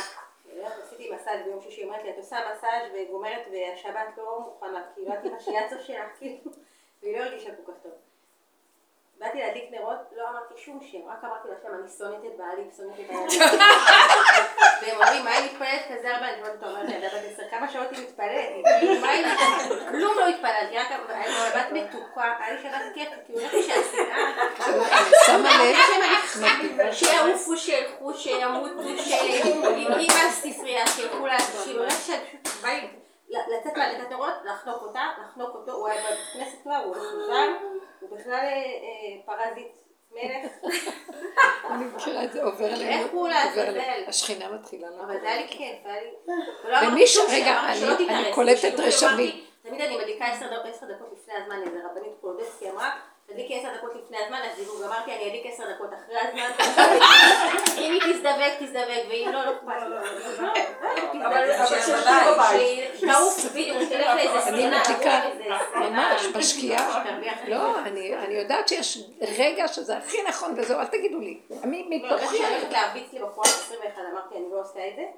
עשיתי מסאז' ביום שישי, אמרת לי, את עושה מסאז' וגומרת והשבת לא מוכנה, כאילו, את עם השיאצו שלך, כאילו, והיא לא הרגישה כל כך טוב. באתי להדליק נרות, לא אמרתי שום שם, רק אמרתי לשם, אני שונאת את בעלי, שונאת את בעלי. והם אומרים, מה היא מתפללת כזה הרבה? אני אומרת, אומרת, ילדה בת 10, כמה שעות היא מתפללת? מה היא מתפללת? כלום לא התפללתי, רק בת מתוקה, היה לי שבת כיף, כי הוא הולכת שהשנאה. אני שמה לב, שיעופו, שילכו, שימותו, שאם הספרייה, שילכו להשיב, הולך שפשוט בא לצאת מהדלקת נרות, לחנוק אותה, לחנוק אותו, הוא היה בבית כנסת כבר, הוא הולך מוזר, הוא בכלל פרזיט מלך. אני מכירה את זה, עובר עלינו. איך הוא לעזאזל? השכינה מתחילה לעבור. אבל זה היה לי כיף, היה לי... ומישהו, רגע, אני קולטת רשמים. תמיד אני מדליקה 10 דקות לפני הזמן, איזה רבנית קולודסקי אמרה, תדליקי 10 דקות לפני הזמן, אז זיווג, אמרתי, אני אדליק 10 דקות אחרי הזמן, אם היא תזדבק, ואם לא, לא אכפת לי. אבל תעוף, בדיוק, תלך לאיזה סצנה. אני מדליקה ממש בשקיעה. לא, אני יודעת שיש רגע שזה הכי נכון וזהו, אל תגידו לי. מתוכי. אני הולכת להרביץ לי בפועל 21, אמרתי, אני לא עושה את זה.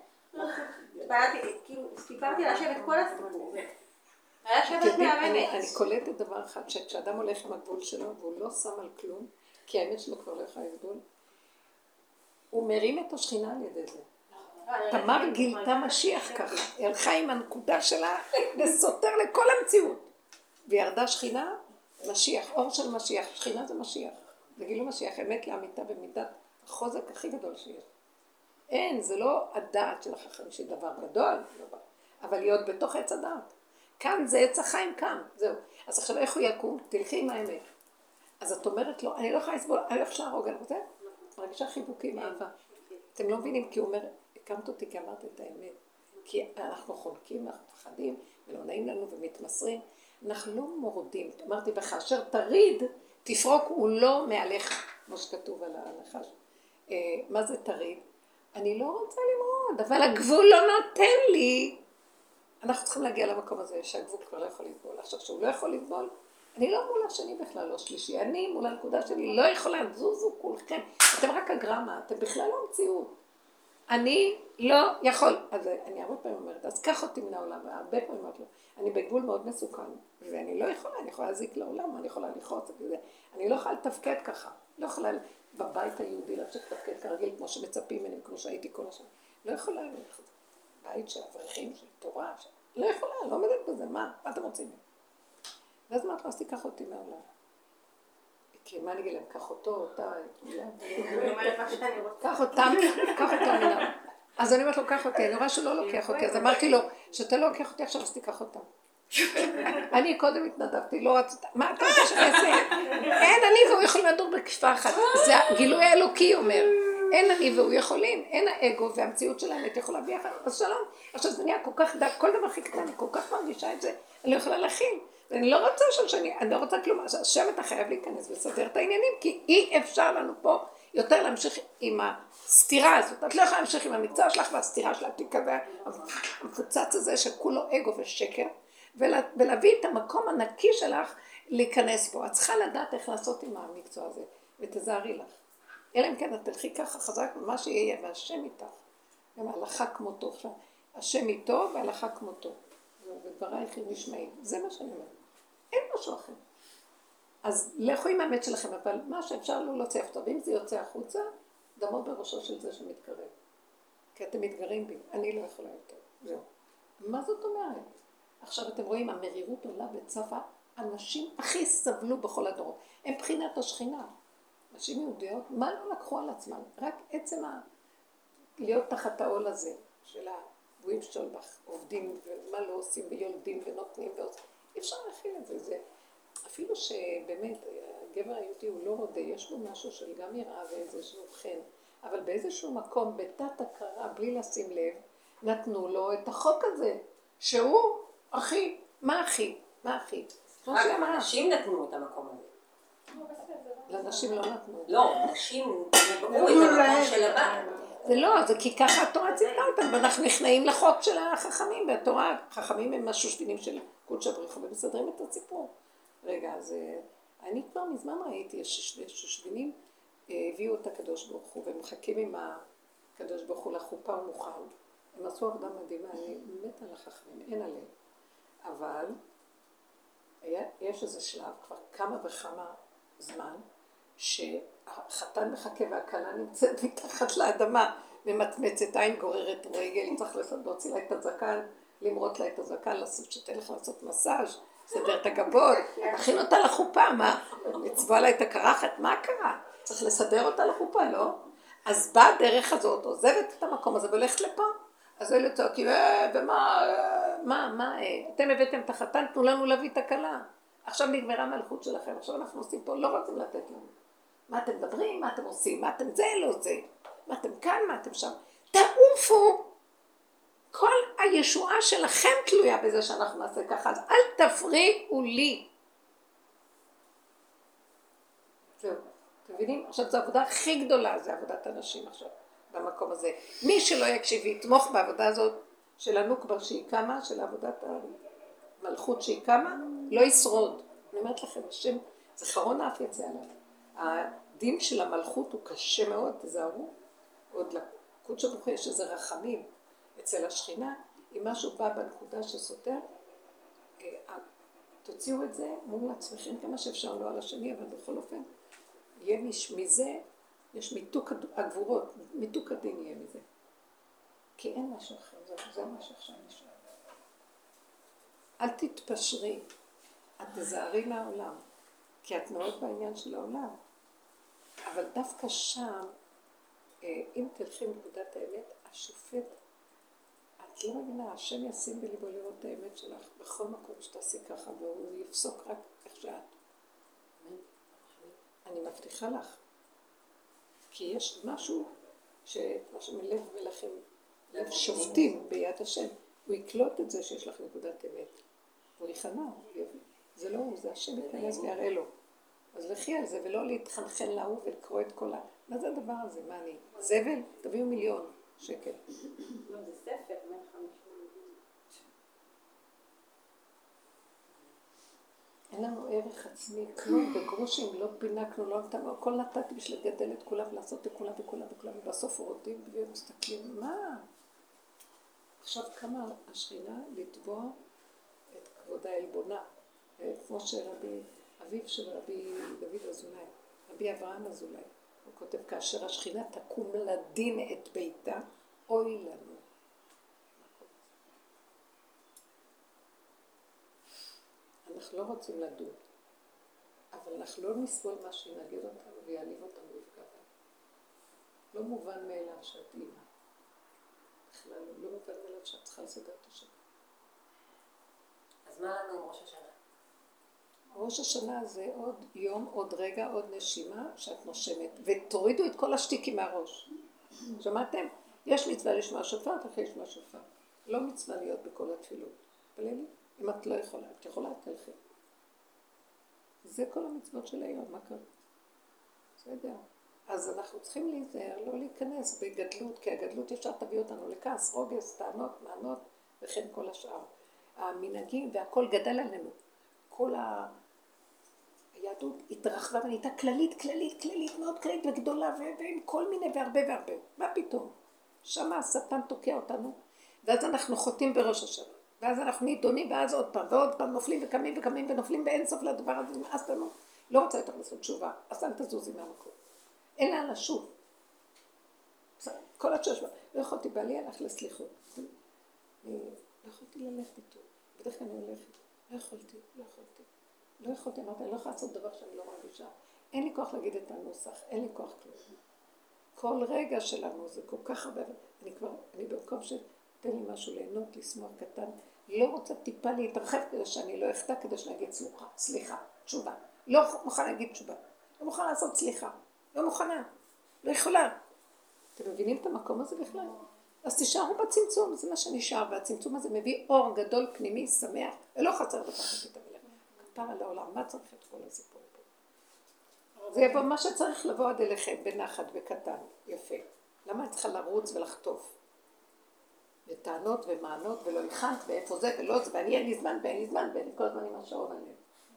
סיפרתי לשבת כל הסיפור. אני קולטת דבר אחד, שכשאדם הולך עם הגבול שלו והוא לא שם על כלום, כי האמת שלו כבר לא יכולה לגבול, הוא מרים את השכינה על ידי זה. תמר גילתה משיח ככה, היא הלכה עם הנקודה שלה לסותר לכל המציאות. וירדה שכינה, משיח, אור של משיח, שכינה זה משיח. זה גילו משיח, אמת לאמיתה במידת החוזק הכי גדול שיש. אין, זה לא הדעת של החכם שהיא דבר גדול, אבל להיות בתוך עץ הדעת. כאן זה עץ החיים כאן, זהו. אז עכשיו איך הוא יקום? תלכי עם האמת. אז את אומרת לו, אני לא יכולה לסבול, אני לא יכולה להרוג, אני רוצה? מרגישה חיבוקים, אהבה. אתם לא מבינים, כי הוא אומר, הקמת אותי כי אמרת את האמת. כי אנחנו חולקים, אנחנו מפחדים, ולא נעים לנו ומתמסרים. אנחנו לא מורדים. אמרתי, וכאשר תריד, תפרוק, הוא לא מעליך, כמו שכתוב על הנחש. מה זה תריד? אני לא רוצה למרוד, אבל הגבול לא נותן לי. אנחנו צריכים להגיע למקום הזה שהגבול כבר לא יכול לסבול. עכשיו שהוא לא יכול לסבול, אני לא מול השני בכלל, לא שלישי. אני מול הנקודה שלי לא יכולה, זוזו כולכם. אתם רק הגרמה, אתם בכלל לא המציאות. אני לא יכול. אז אני הרבה פעמים אומרת, אז קח אותי מן העולם, והרבה פעמים אומרת לו, אני בגבול מאוד מסוכן, ואני לא יכולה, אני יכולה להזיק לעולם, אני יכולה לחוץ, אני לא יכולה לתפקד ככה. לא יכולה בבית היהודי להמשיך לתפקד כרגיל, כמו שמצפים ממני, כמו שהייתי כל השנה. לא יכולה ללכת. בית של אברכים, של תורה, לא יכולה, לא עומדת בזה, מה אתם רוצים? ואז מה את לא עשיתי, קח אותי מהעולם. כי מה אני אגיד להם, קח אותו, אותה, קח אותם מן העולם. אז אני אומרת לו, קח אותי, אני רואה שהוא לא לוקח אותי, אז אמרתי לו, שאתה לא לוקח אותי עכשיו, אז תיקח אותם. אני קודם התנדבתי, לא רציתי, מה אתה רוצה שאני אעשה? אין, אני והוא יכולים לדור בכפיפה אחת. זה הגילוי האלוקי אומר. אין אני והוא יכולים, אין האגו והמציאות של האמת יכולה ביחד, אז שלום. עכשיו זה נהיה כל כך דק, כל דבר הכי קטן, אני כל כך מרגישה את זה, אני לא יכולה להכין. ואני לא רוצה אני לא רוצה כלום, אז השם אתה חייב להיכנס ולסדר את העניינים, כי אי אפשר לנו פה יותר להמשיך עם הסתירה הזאת. את לא יכולה להמשיך עם המקצוע שלך והסתירה של התיק הזה, המפוצץ הזה שכולו אגו ושקר, ולהביא את המקום הנקי שלך להיכנס פה. את צריכה לדעת איך לעשות עם המקצוע הזה, ותזהרי לך. אלא אם כן, את תלכי ככה חזק, ומה שיהיה, והשם איתך. גם הלכה כמותו. עכשיו, השם איתו והלכה כמותו. ודברייך נשמעים. זה מה שאני אומרת. אין משהו אחר. אז לכו עם האמת שלכם, אבל מה שאפשר לא להוציא אותו. ואם זה יוצא החוצה, דמו בראשו של זה שמתקרב. כי אתם מתגרים בי. אני לא יכולה יותר. זהו. מה זאת אומרת? עכשיו אתם רואים, המרירות עולה וצפה. אנשים הכי סבלו בכל הדורות. הם בחינת השכינה. נשים יהודיות, מה לא לקחו על עצמם? רק עצם להיות תחת העול הזה של הגבוהים שולבך, עובדים ומה לא עושים ויולדים ונותנים ועושים. אי אפשר להכיל את זה. זה. אפילו שבאמת הגבר היהודי הוא לא רודה, יש בו משהו של גם יראה ואיזשהו חן, אבל באיזשהו מקום, בתת הכרה, בלי לשים לב, נתנו לו את החוק הזה, שהוא אחי. מה אחי? מה אחי? רק אנשים נתנו את המקום הזה. לנשים לא נתנו. לא, נשים נתנו את המקום של הבא. זה לא, זה כי ככה התורה ציוותה אותם, ואנחנו נכנעים לחוק של החכמים, והתורה, החכמים הם השושבינים של קודש הבריחו, ומסדרים את הסיפור. רגע, אז אני כבר מזמן ראיתי, השושבינים הביאו את הקדוש ברוך הוא, ומחכים עם הקדוש ברוך הוא לחופה ומוכן, הם עשו עבודה מדהימה, אני מתה על החכמים, אין עליהם. אבל יש איזה שלב, כבר כמה וכמה זמן, שהחתן מחכה והכלה נמצאת מתחת לאדמה, ומצמצת עין גוררת רגל, צריך להוציא לה את הזקן, למרות לה את הזקן, שתן לך לעשות מסאז', סדר את הגבות, הכין אותה לחופה, מה? לצבוע לה את הקרחת, מה קרה? צריך לסדר אותה לחופה, לא? אז באה הדרך הזאת, עוזבת את המקום הזה והולכת לפה. אז אלה צועקים, מה, אתם הבאתם את החתן, תנו לנו להביא את הכלה. עכשיו נגמרה המלכות שלכם, עכשיו אנחנו עושים פה, לא רוצים לתת לנו. מה אתם מדברים, מה אתם עושים, מה אתם זה, לא זה. מה אתם כאן, מה אתם שם. תעופו. כל הישועה שלכם תלויה בזה שאנחנו נעשה ככה, אז אל תפריעו לי. זהו, אתם מבינים? עכשיו זו העבודה הכי גדולה, זה עבודת אנשים עכשיו, במקום הזה. מי שלא יקשיב ויתמוך בעבודה הזאת של הנוקבה שהיא קמה, של עבודת המלכות שהיא קמה, לא ישרוד. אני אומרת לכם, השם, זכרון האף יצא עליו. הדין של המלכות הוא קשה מאוד, תזהרו. עוד לקודש ברוך הוא יש איזה רחמים אצל השכינה, אם משהו בא בנקודה שסותר, תוציאו את זה מול עצמכם כמה שאפשר, לא על השני, אבל בכל אופן, יהיה מזה, יש מיתוק הגבורות, מיתוק הדין יהיה מזה. כי אין משהו אחר, זה מה שעכשיו נשאר. אל תתפשרי, את תזהרי לעולם, כי את מאוד בעניין של העולם. אבל דווקא שם, אם תלכי מנקודת האמת, השופט, את לא מבינה, השם ישים בליבו לראות את האמת שלך בכל מקום שתעשי ככה, והוא יפסוק רק איך שאת. אני מבטיחה לך, כי יש משהו מלב מלכים, לב שופטים ביד השם, הוא יקלוט את זה שיש לך נקודת אמת. הוא יכנה, זה לא הוא, זה השם ייכנס ויראה לו. אז לכי על זה ולא להתחנחן להוא ולקרוא את כל מה זה הדבר הזה? מה אני? זבל? תביאו 1,000,000 שקל. לא, זה ספר, 150. אין לנו ערך עצמי, כלום, בגרושים, לא פינקנו, לא נתנו, הכל נתתי בשביל לגדל את כולם, לעשות את כולם וכולם וכולם, ובסוף הורדים ומסתכלים, מה? עכשיו כמה השכינה לתבוע את כבוד העלבונה, כמו שרבי, אביו של רבי דוד אזולאי, רבי אברהם אזולאי, הוא כותב, כאשר השכינה תקום לדין את ביתה, אוי לנו. אנחנו לא רוצים לדון, אבל אנחנו לא נסבול מה שינגד אותנו ויעליב אותנו ויפגע בנו. לא מובן מאליו שאת אימא. בכלל לא מובן מאליו שאת צריכה לסדר את השם. אז מה לנו עם ראש השנה? ראש השנה זה עוד יום, עוד רגע, עוד נשימה שאת נושמת, ותורידו את כל השתיקים מהראש. שמעתם? יש מצווה לשמוע שופר, תלכי לשמוע שופר. לא מצווה להיות בכל התפילות. בלילי? אם את לא יכולה, את יכולה, תלכי. זה כל המצוות של היום, מה קרה? בסדר. אז אנחנו צריכים להיזהר, לא להיכנס בגדלות, כי הגדלות ישר תביא אותנו לכעס, רוגז, טענות, מענות, וכן כל השאר. המנהגים והכל גדל עלינו. כל היהדות התרחבה ונהייתה כללית, מאוד כללית וגדולה, ועם כל מיני והרבה. מה פתאום? שמה השטן תוקע אותנו, ואז אנחנו חוטאים בראש השנה. ואז אנחנו נידונים, ואז עוד פעם, ועוד פעם נופלים וקמים ונופלים באין סוף לדבר הזה, אז אתה לא רוצה יותר לעשות תשובה, אז אל תזוזי מהמקום. אין לה לשוב. כל התשובה, לא יכולתי, בעלי הלך לסליחות. לא יכולתי ללכת איתו, בדרך כלל אני הולכת, לא יכולתי, אמרתי, אני לא יכולה לעשות דבר שאני לא מרגישה. אין לי כוח להגיד את הנוסח, אין לי כוח כלום. כל רגע שלנו זה כל כך הרבה, אני במקום שתן לי משהו ליהנות, לשמוח קטן, לא רוצה טיפה להתרחב כדי שאני לא אחטא, כדי שאני אגיד סליחה, תשובה. לא מוכנה להגיד תשובה, לא מוכנה לעשות סליחה, לא מוכנה, לא יכולה. אתם מבינים את המקום הזה בכלל? אז תישארו בצמצום, זה מה שנשאר, והצמצום הזה מביא אור גדול פנימי, שמח, ולא חצר בתחת את המילה. כפר על העולם, מה צריך את כל הסיפור פה? זה יבוא מה שצריך לבוא עד אליכם, בנחת וקטן, יפה. למה את צריכה לרוץ ולחטוף? וטענות ומענות ולא הכנת ואיפה זה ולא זה, ואני אין לי זמן ואני כל הזמן עם השעון עליהם.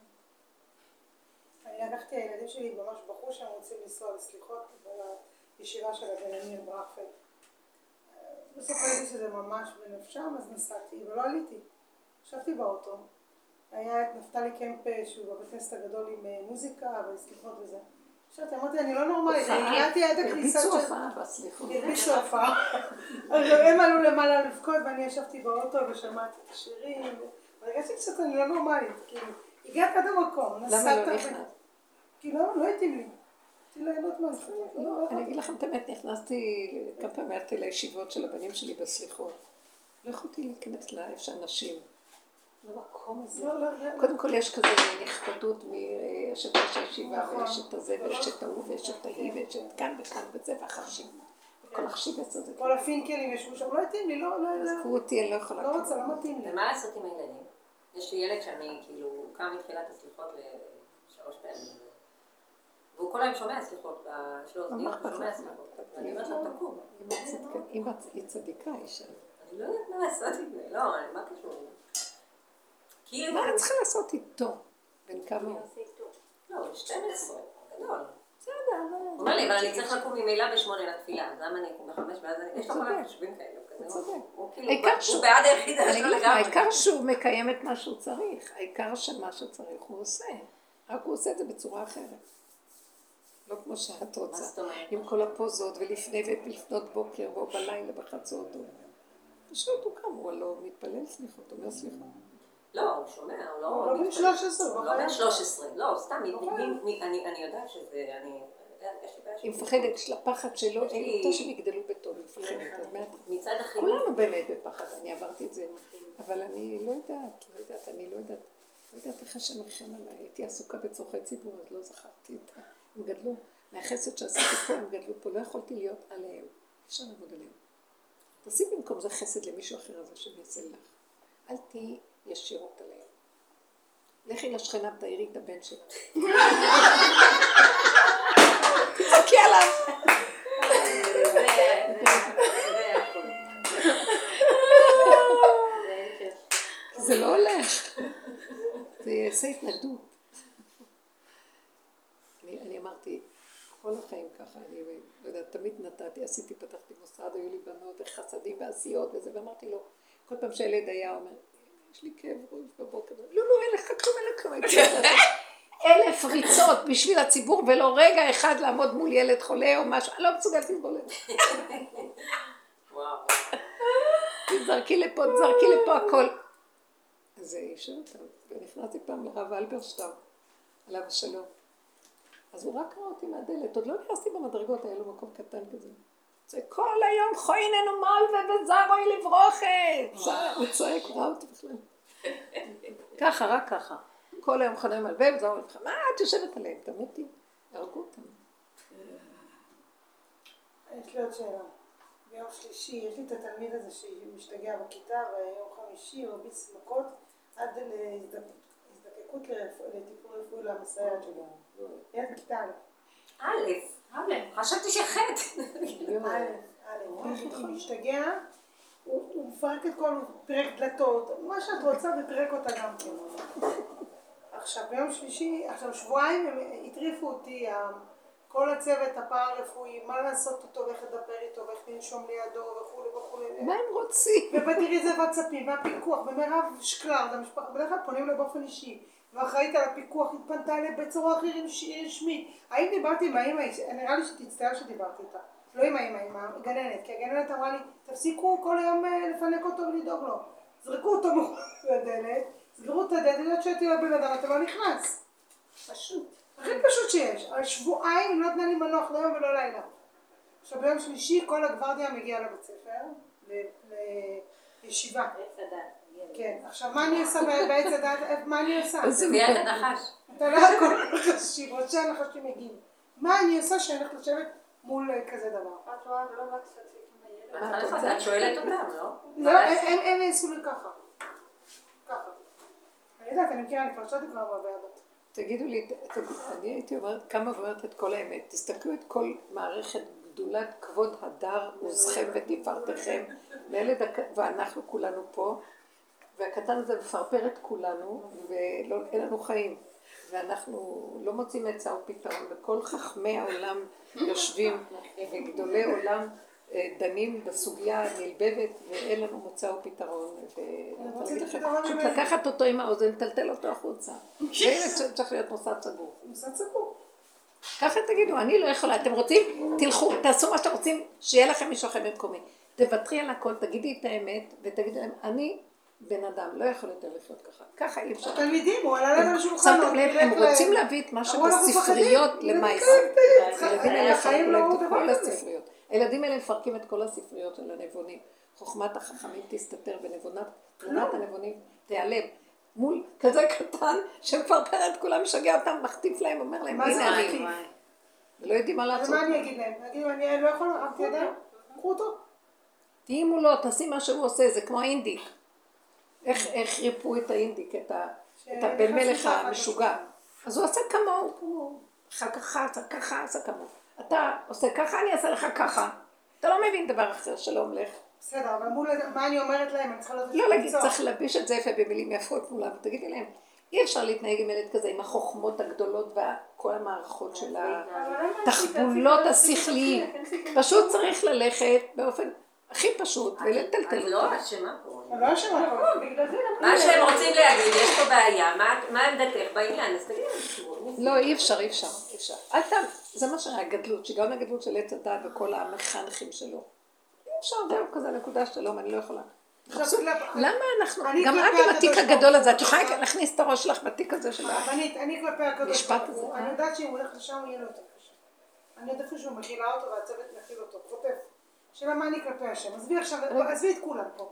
אני לקחתי הילדים שלי ממש בחור שהם רוצים לנסוע לסליחות בישיבה של הבינוניים ברכפלד. בסוף ראיתי שזה ממש בנפשם, אז נסעתי ולא עליתי. ישבתי באוטו. היה את נפתלי קמפה שהוא בבית כנסת הגדול עם מוזיקה וסליחות וזה. ישבתי, אמרתי, אני לא נורמלית, אני הגעתי עד הכניסה של... הרביצו הופעה בסליחות. הרביצו הופעה. אז הם עלו למעלה לבכות ואני ישבתי באוטו ושמעתי את השירים. והרגשתי קצת, אני לא נורמלית, כאילו, הגעת עד המקום, נסעת... למה לא נכנס? כאילו, לא התאים לי. ליהנות מהסליחות. אני אגיד לכם את האמת, נכנסתי, כמה פעמים הלכתי לישיבות של הבנים שלי בסליחות. לא יכולתי להיכנס לאיפה שאנשים. למקום הזה. קודם כל יש כזה נכבדות יש את ראש הישיבה ויש את הזה ויש את ההוא ויש את ההיא ויש את כאן וכאן וזה והחרשים. כל החשיב הזה. כל הפינקלים ישבו שם, לא התאים לי, לא... עזבו אותי, אני לא יכולה. לא רוצה, לא מתאים לי. ומה לעשות עם הילדים? יש לי ילד שאני כאילו קם מתחילת הסליחות ל3 פעמים. והוא כל היום שומע סליחות, יש לו אוזניות, הוא שומע סליחות. ואני אומרת לו, תקום. אם היא צדיקה, אישה. אני לא יודעת מה לעשות עם זה, לא, מה קשור? מה את צריכה לעשות איתו? בן כמה הוא? לא, 12, גדול. בסדר, הוא אומר לי, אבל אני צריך לקום ממילא ב8 לתפילה, אז למה אני אקום ב5 ואז אני... יש לו כל החשובים כאלה, הוא כאילו, הוא בעד היחידה שלו לגמרי. העיקר שהוא מקיים את מה שהוא צריך, העיקר שמה שצריך הוא עושה, רק הוא עושה את זה בצורה אחרת. לא כמו שאת רוצה, עם כל הפוזות ולפני ולפנות בוקר או בלילה בחצות. פשוט הוא קם, הוא לא מתפלל סליחות, הוא אומר סליחה. לא, הוא שומע, הוא לא... הוא לא בן 13. הוא לא בן 13, לא, סתם, אני יודעת שזה, היא מפחדת של הפחד שלו, אין אותו שהם יגדלו בטוב, היא מפחדת. מצד החינוך... כולנו באמת בפחד, אני עברתי את זה, אבל אני לא יודעת, אני לא יודעת איך השם מרחם עליי, הייתי עסוקה בצורכי ציבור, אז לא זכרתי את זה. הם גדלו, מהחסד שעשיתי פה, הם גדלו פה, לא יכולתי להיות עליהם, אפשר לעבוד עליהם. תעשי במקום זה חסד למישהו אחר הזה שמייסל לך, אל תהי ישירות עליהם. לכי לשכנה ותאירי את הבן שלה. תצעקי עליו. זה לא הולך. זה יעשה התנגדות. אני אמרתי, כל החיים ככה, אני לא יודעת, תמיד נתתי, עשיתי, פתחתי מוסד, היו לי בנות וחסדים ועשיות וזה, ואמרתי לו, כל פעם שהילד היה אומר, יש לי כאב ראש בבוקר, לא, אין לך כלום, 1,000 ריצות בשביל הציבור, ולא רגע אחד לעמוד מול ילד חולה או משהו, אני לא מסוגלת לסבול את זה. וואו. זרקי לפה הכל. אז זה אישר אותם, ונכנסתי פעם לרב אלברשטאם, עליו השלום. אז הוא רק ראה אותי מהדלת, עוד לא נכנסתי במדרגות, היה לו מקום קטן כזה. זה כל היום חויננו מלווה וזרוי לברוכת. הוא צועק, ראה אותי בכלל. ככה, רק ככה. כל היום חויננו מלווה וזרוי לברוכת. מה את יושבת עליהם? תמותי, הרגו אותם. יש לי עוד שאלה. ביום שלישי, יש לי את התלמיד הזה שמשתגע בכיתה, ויום חמישי הוא מרביץ מכות עד להזדקקות לטיפול רפואי למסייעת שלו. ילד בכיתה א', חשבתי שחטא. הוא משתגע, הוא מפרק את כל, הוא פרק דלתות, מה שאת רוצה ופרק אותה גם כן. עכשיו ביום שלישי, עכשיו שבועיים הם הטריפו אותי, כל הצוות הפארה-רפואי, מה לעשות איתו ואיך לדבר איתו ואיך לנשום לידו וכו'. מה הם רוצים? ובתראי זה וואטסאפים והפיקוח, ומרב שקלר, המשפחה, בדרך כלל פונים לו באופן אישי, ואחראית על הפיקוח, התפנתה אליי בצורה הכי רשמית. האם דיברתי עם האמא, נראה לי שתצטער שדיברתי איתה, לא עם האמא, עם הגננת, כי הגננת אמרה לי, תפסיקו כל היום לפנק אותו ולדאוג לו. זרקו אותו לדלת, סגרו את הדלת, יודעת שהייתי לו בן אדם, אתה לא נכנס. פשוט. הכי פשוט שיש, על שבועיים היא לא נתנה לי מנוח לא יום ולא לילה. עכשיו ביום שלישי כל הגוורדיה מגיעה לבית ספר, לישיבה. כן, עכשיו מה אני עושה בעץ הדעת, מה אני עושה? זה ביד הנחש. אתה לא הכל נחשים, רוצה הנחשים מגיעים. מה אני עושה שאני הולכת לשבת מול כזה דבר? את רואה, לא רק שתית עם הילד. את שואלת אותם, לא? לא, הם נעשו לי ככה. ככה. אני יודעת, אני מכירה, אני כבר שואלת כבר בוועדות. תגידו לי, אני הייתי אומרת, כמה אומרת את כל האמת, תסתכלו את כל מערכת גדולת כבוד הדר וזכם ותפארתכם, ואנחנו כולנו פה, והקטן הזה מפרפר את כולנו, ואין לנו חיים, ואנחנו לא מוצאים עצה או פתרון, וכל חכמי העולם יושבים, וגדולי עולם דנים בסוגיה הנלבבת ואין לנו מוצא או פתרון. פשוט לקחת אותו עם האוזן, לטלטל אותו החוצה. זה צריך להיות מוסד סגור. מוסד סגור. ככה תגידו, אני לא יכולה, אתם רוצים, תלכו, תעשו מה שאתם רוצים, שיהיה לכם מישהו אחר במקומי. תוותרי על הכל, תגידי את האמת, ותגידי להם, אני בן אדם, לא יכול יותר לחיות ככה. ככה אי אפשר. התלמידים, הוא עלה להם על השולחן. שמתם לב, הם רוצים להביא את מה שבספריות למעשה. הילדים האלה יפרקו להם את כל הספריות. הילדים האלה מפרקים את כל הספריות של הנבונים. חוכמת החכמים תסתתר בנבונת הנבונים, תיעלם. מול כזה קטן שמפרפר את כולם, משגע אותם, מחטיף להם, אומר להם, הנה אני. ולא יודעים מה לעשות. ומה אני אגיד להם? אני לא יכולה, רק תדע, קחו אותו. תהי מולו, תעשי מה שהוא עושה, זה כמו האינדיק. איך ריפו את האינדיק, את הבן מלך המשוגע. אז הוא עשה כמוהו. אחר ככה, עשה ככה, עשה כמוהו. אתה עושה ככה, אני אעשה לך ככה. אתה לא מבין דבר אחר, שלום לך. בסדר, אבל מול מה אני אומרת להם? אני צריכה לדעת לא להגיד, צריך להביש את זה יפה במילים יפות מולם, ותגידי להם, אי אפשר להתנהג עם ילד כזה, עם החוכמות הגדולות וכל המערכות של התחבולות השכליים. פשוט צריך ללכת באופן הכי פשוט ולטלטל את אותו. לא אשמה פה. לא אשמה פה. מה שהם רוצים להגיד, יש פה בעיה, מה עמדתך בעניין? אז תגידי. לא, אי אפשר. זה מה שהגדלות, שגם הגדלות של עץ הדת וכל המחנכים שלו. אי אפשר, זהו כזה נקודה שלום, אני לא יכולה. למה אנחנו, גם את עם התיק הגדול הזה, את יכולה להכניס את הראש שלך בתיק הזה של אני כלפי הקדוש משפט ברוך הוא, אני יודעת שאם הוא הולך לשם הוא יהיה לו יותר קשה. אני יודעת שהוא מכילה אותו והצוות מכיל אותו, חוטף. שאלה מה אני כלפי השם, עזבי עכשיו, עזבי את כולם פה.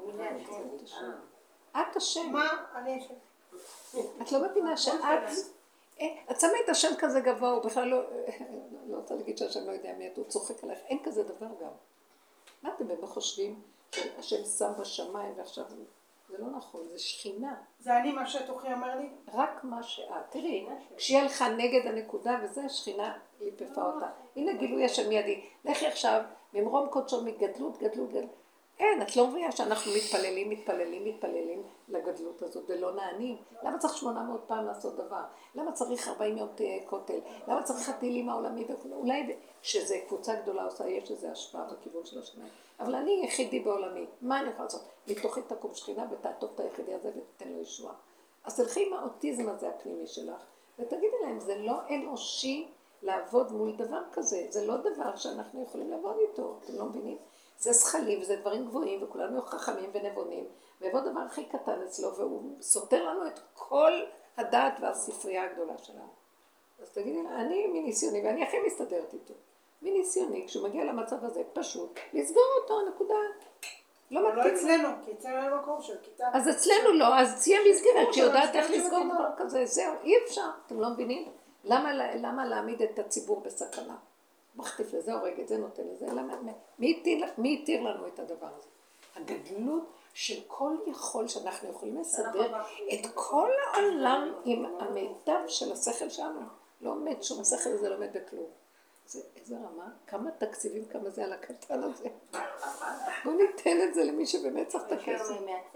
את השם. מה? אני השם. את לא מבינה שאת, את שמה את השם כזה גבוה, הוא בכלל לא רוצה להגיד שהשם לא יודע מי את, הוא צוחק עליך, אין כזה דבר גם. מה אתם באמת חושבים? השם שם בשמיים ועכשיו זה לא נכון, זה שכינה. זה אני מה שתוכי אומר לי? רק מה שאת. תראי, כשהיא הלכה נגד הנקודה וזה, השכינה ליפפה אותה. הנה גילוי השם מיידי. לכי עכשיו, ממרום קודשו מגדלות. אין, את לא מבינה שאנחנו מתפללים לגדלות הזאת ולא נענים. למה צריך 800 פעם לעשות דבר? למה צריך 40 יום כותל? למה צריך התהילים העולמי? אולי כשזה קבוצה גדולה עושה, יש איזו השפעה בכיוון של השמיים. אבל אני יחידי בעולמי. מה אני יכולה לעשות? מתוכי תקום שכינה ותעטוף את היחידי הזה ותתן לו ישועה. אז תלכי עם האוטיזם הזה הפנימי שלך ותגידי להם, זה לא אנושי לעבוד מול דבר כזה. זה לא דבר שאנחנו יכולים לעבוד איתו. אתם לא מבינים? זה שכלים, זה דברים גבוהים, וכולנו חכמים ונבונים, ויבוא דבר הכי קטן אצלו, והוא סותר לנו את כל הדעת והספרייה הגדולה שלנו. אז תגידי, אני מניסיוני, ואני הכי מסתדרת איתו. מניסיוני, כשהוא מגיע למצב הזה, פשוט לסגור אותו, נקודה. לא אצלנו, כי אצלנו אין מקום של כיתה. אז אצלנו לא, אז תהיה מסגרת שיודעת איך לסגור דבר כזה, זהו, אי אפשר, אתם לא מבינים? למה להעמיד את הציבור בסכנה? מחטיף לזה, הורג את זה, נותן לזה, מי התיר לנו את הדבר הזה? הגדלות של כל יכול שאנחנו יכולים לסדר את כל העולם עם המיטב של השכל שלנו. לא עומד שום השכל הזה, לא עומד בכלום. איזה רמה? כמה תקציבים, כמה זה על הקטן הזה? בוא ניתן את זה למי שבאמת צריך את הכסף.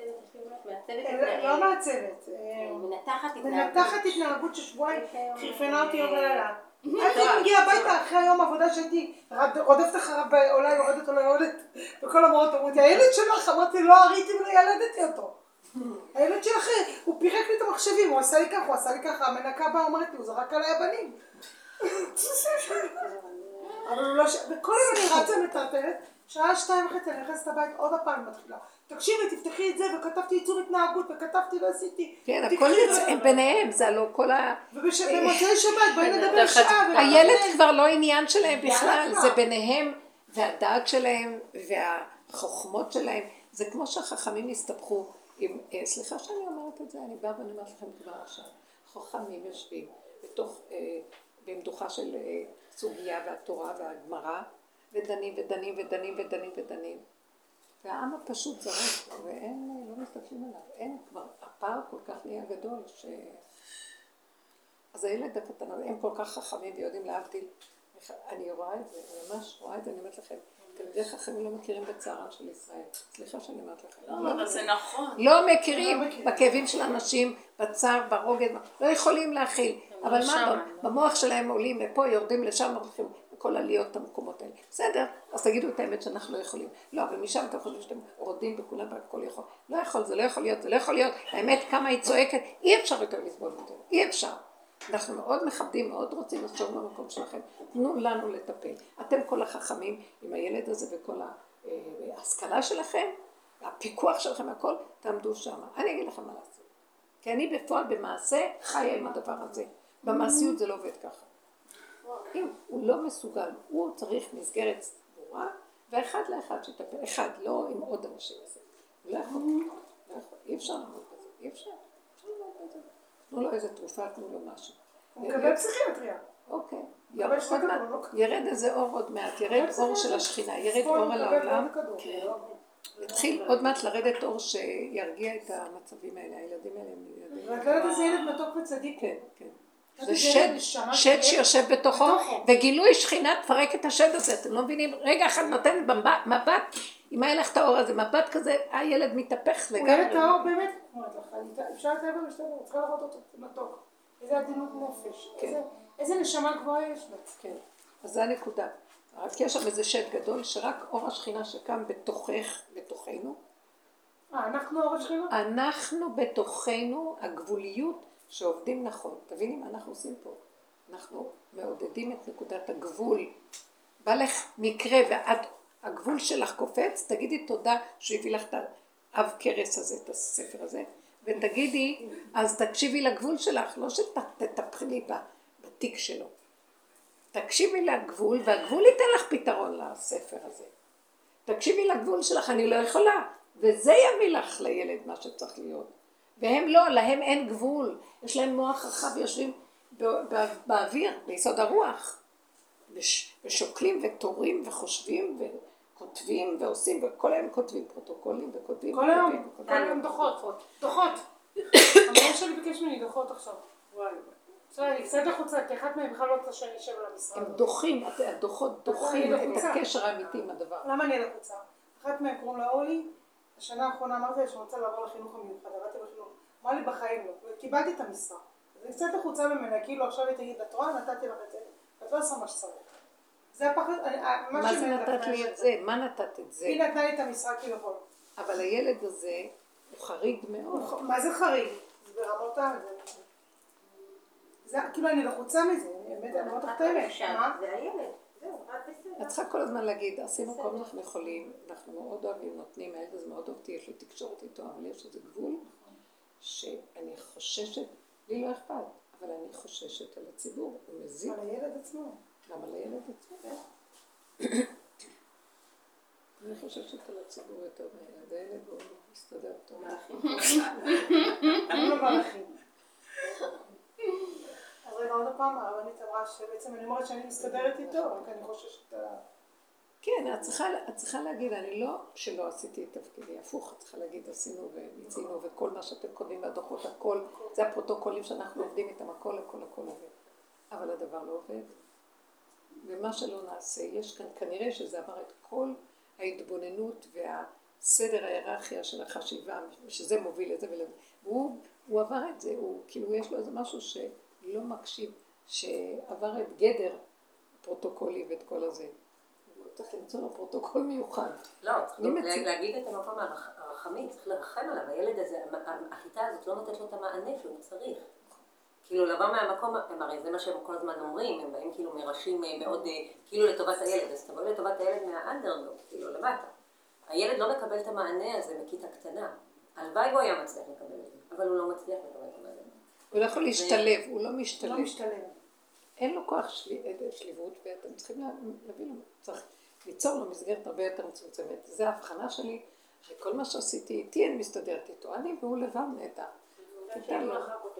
לא מעצבת. מנתחת התנהגות ששבועיים חרפנה אותי יום ולילה. הייתי מגיעה הביתה אחרי היום עבודה שהייתי רודפת אחריו, אולי יורדת או לא יורדת, וכל המורות אמרו, הילד שלך, אמרתי, לא הריתי ולא ילדתי אותו. הילד שלך, הוא פירק לי את המחשבים, הוא עשה לי ככה, המנקה באה אומרת לי, הוא זרק עליי הבנים. אבל הוא לא וכל יום אני רצה מטרטרת, שעה 2:30 אני נכנסת הבית, עוד הפעם מתחילה. תקשיבי, תפתחי את זה, וכתבתי עיצוב התנהגות, וכתבתי ועשיתי. כן, הכל ביניהם, זה לא כל ה... ובמוצאי שבת, בואי נדבר שעה. הילד כבר לא עניין שלהם בכלל, זה ביניהם, והדעת שלהם, והחוכמות שלהם. זה כמו שהחכמים הסתבכו עם... סליחה שאני אומרת את זה, אני באה ואני אומרת לכם כבר עכשיו. חכמים יושבים בתוך... במדוכה של סוגיה והתורה והגמרא, ודנים. והעם הפשוט זרק, ואין, לא מסתכלים עליו. אין כבר, הפער כל כך נהיה גדול, אז הילד הקטן, הם כל כך חכמים ויודעים להבדיל. אני רואה את זה, אני ממש רואה את זה, אני אומרת לכם, תלמידי חכמים לא מכירים בצערם של ישראל. סליחה שאני אומרת לכם. לא, אבל זה נכון. לא מכירים בכאבים של אנשים, בצער, ברוגד, לא יכולים להכיל. אבל מה, במוח שלהם עולים לפה, יורדים לשם, הולכים. כל עליות המקומות האלה. בסדר, אז תגידו את האמת שאנחנו לא יכולים. לא, אבל משם אתם חושבים שאתם רודים בכולם והכל יכול. לא יכול, זה לא יכול להיות, זה לא יכול להיות. האמת כמה היא צועקת, אי אפשר יותר לסבול יותר, אי אפשר. אנחנו מאוד מכבדים, מאוד רוצים לשוב במקום שלכם. תנו לנו לטפל. אתם כל החכמים עם הילד הזה וכל ההשכלה שלכם, הפיקוח שלכם, הכל, תעמדו שם. אני אגיד לכם מה לעשות. כי אני בפועל במעשה חיה עם הדבר הזה. במעשיות זה לא עובד ככה. אם הוא לא מסוגל, הוא צריך מסגרת סגורה, ואחד לאחד שיטפל. אחד, לא עם עוד אנשים הזה. הוא לא יכול. אי אפשר לעמוד בזה. אי אפשר. תנו לו איזה תרופה, תנו לו משהו. הוא מקבל פסיכיאטריה. אוקיי. מקבל שתי כדור, לא כדור. ירד איזה אור עוד מעט, ירד אור של השכינה, ירד אור על העולם. התחיל עוד מעט לרדת אור שירגיע את המצבים האלה, הילדים האלה הם ילדים. ואת לא יודעת איזה ילד מתוק וצדיק. כן, כן. זה שד שיושב בתוכו, וגילוי שכינה תפרק את השד הזה, אתם לא מבינים? רגע אחד נותן מבט, אם היה לך את האור הזה, מבט כזה, הילד מתהפך לגמרי. הוא ילד האור באמת, אומרת לך, אפשר לתאר ולשתבר, צריכה לראות אותו מתוק. איזה עדינות נפש, איזה נשמה גבוהה יש לו. כן, אז זה הנקודה. רק יש שם איזה שד גדול, שרק אור השכינה שקם בתוכך, בתוכנו. אנחנו אור השכינה? אנחנו בתוכנו, הגבוליות שעובדים נכון. תביני מה אנחנו עושים פה. אנחנו מעודדים את נקודת הגבול. בא לך מקרה ואת, הגבול שלך קופץ, תגידי תודה שהוא הביא לך את האב קרס הזה, את הספר הזה, ותגידי, אז תקשיבי לגבול שלך, לא שתתפחי לי בתיק שלו. תקשיבי לגבול, והגבול ייתן לך פתרון לספר הזה. תקשיבי לגבול שלך, אני לא יכולה, וזה יביא לך לילד מה שצריך להיות. והם לא, להם אין גבול, יש להם מוח רחב, יושבים באוויר, ביסוד הרוח, ושוקלים ותורים וחושבים וכותבים ועושים, וכל היום כותבים פרוטוקולים וכותבים. כל היום דוחות. המורה שלי ביקש ממני דוחות עכשיו. בסדר, אני קצת לחוצה, כי אחת מהם בכלל לא רוצה שאני אשב על המשרד. הם דוחים, הדוחות דוחים את הקשר האמיתי עם הדבר. למה אני לחוצה? אחת מהם קוראים לה אורלי, השנה האחרונה אמרתי לה שאני רוצה לעבור לחינוך המיוחד, עבדתי בחינוך. אמרה לי בחיים לא, וקיבלתי את המשרה. אז אני קצת לחוצה ממנה, כאילו עכשיו היא תגיד, את רואה, נתתי לך את זה, ואת לא עושה מה שצריך. זה הפחד, מה זה נתת לי את זה? מה נתת את זה? היא נתנה לי את המשרה כביכול. אבל הילד הזה הוא חריג מאוד. מה זה חריג? זה ברמות זה כאילו אני לחוצה מזה, אני לא תחתמת. זה הילד, זהו, רק בסדר. את צריכה כל הזמן להגיד, עשינו כל מה שאנחנו יכולים, אנחנו מאוד אוהבים, נותנים, הילד הזה מאוד אוהבתי, יש לי תקשורת איתו, אבל יש איזה גבול שאני חוששת, לי לא אכפת, אבל אני חוששת על הציבור, הוא מזיק. על הילד עצמו. גם על הילד עצמו. אני חוששת על הציבור יותר מהילד, הילד הוא מסתדר טוב. אני לא מלאכים. אז רגע עוד הפעם, הרבנית אמרה שבעצם אני אומרת שאני מסתדרת איתו, רק אני חוששת על... כן, את צריכה להגיד, אני לא שלא עשיתי את תפקידי, הפוך, את צריכה להגיד, עשינו ומיצינו וכל מה שאתם קובעים בדוחות, הכל, זה הפרוטוקולים שאנחנו עובדים איתם, הכל עובד. אבל הדבר לא עובד. ומה שלא נעשה, יש כאן, כנראה שזה עבר את כל ההתבוננות והסדר ההיררכיה של החשיבה, שזה מוביל לזה ולזה. הוא עבר את זה, הוא כאילו יש לו איזה משהו שלא מקשיב, שעבר את גדר הפרוטוקולים ואת כל הזה. צריך למצוא לו פרוטוקול מיוחד. לא, צריך להגיד את המקום הרחמי, צריך לרחם עליו, הילד הזה, הכיתה הזאת לא נותנת לו את המענה שהוא צריך. כאילו לבוא מהמקום, הרי זה מה שהם כל הזמן אומרים, הם באים כאילו מראשים מאוד, כאילו לטובת הילד, אז תבואי לטובת הילד מהאנדרדוג, כאילו למטה. הילד לא מקבל את המענה הזה בכיתה קטנה. הלוואי הוא היה מצליח לקבל את זה, אבל הוא לא מצליח לקבל את המענה. הוא לא יכול להשתלב, הוא לא משתלב. לא משתלב. אין לו כוח שליבות, ואתם צריכים להביא לו, צריך ליצור לו מסגרת הרבה יותר מצומצמת. זה ההבחנה שלי, אחרי כל מה שעשיתי איתי, אני מסתדרת איתו. אני והוא לבד נהדר. תתן לו.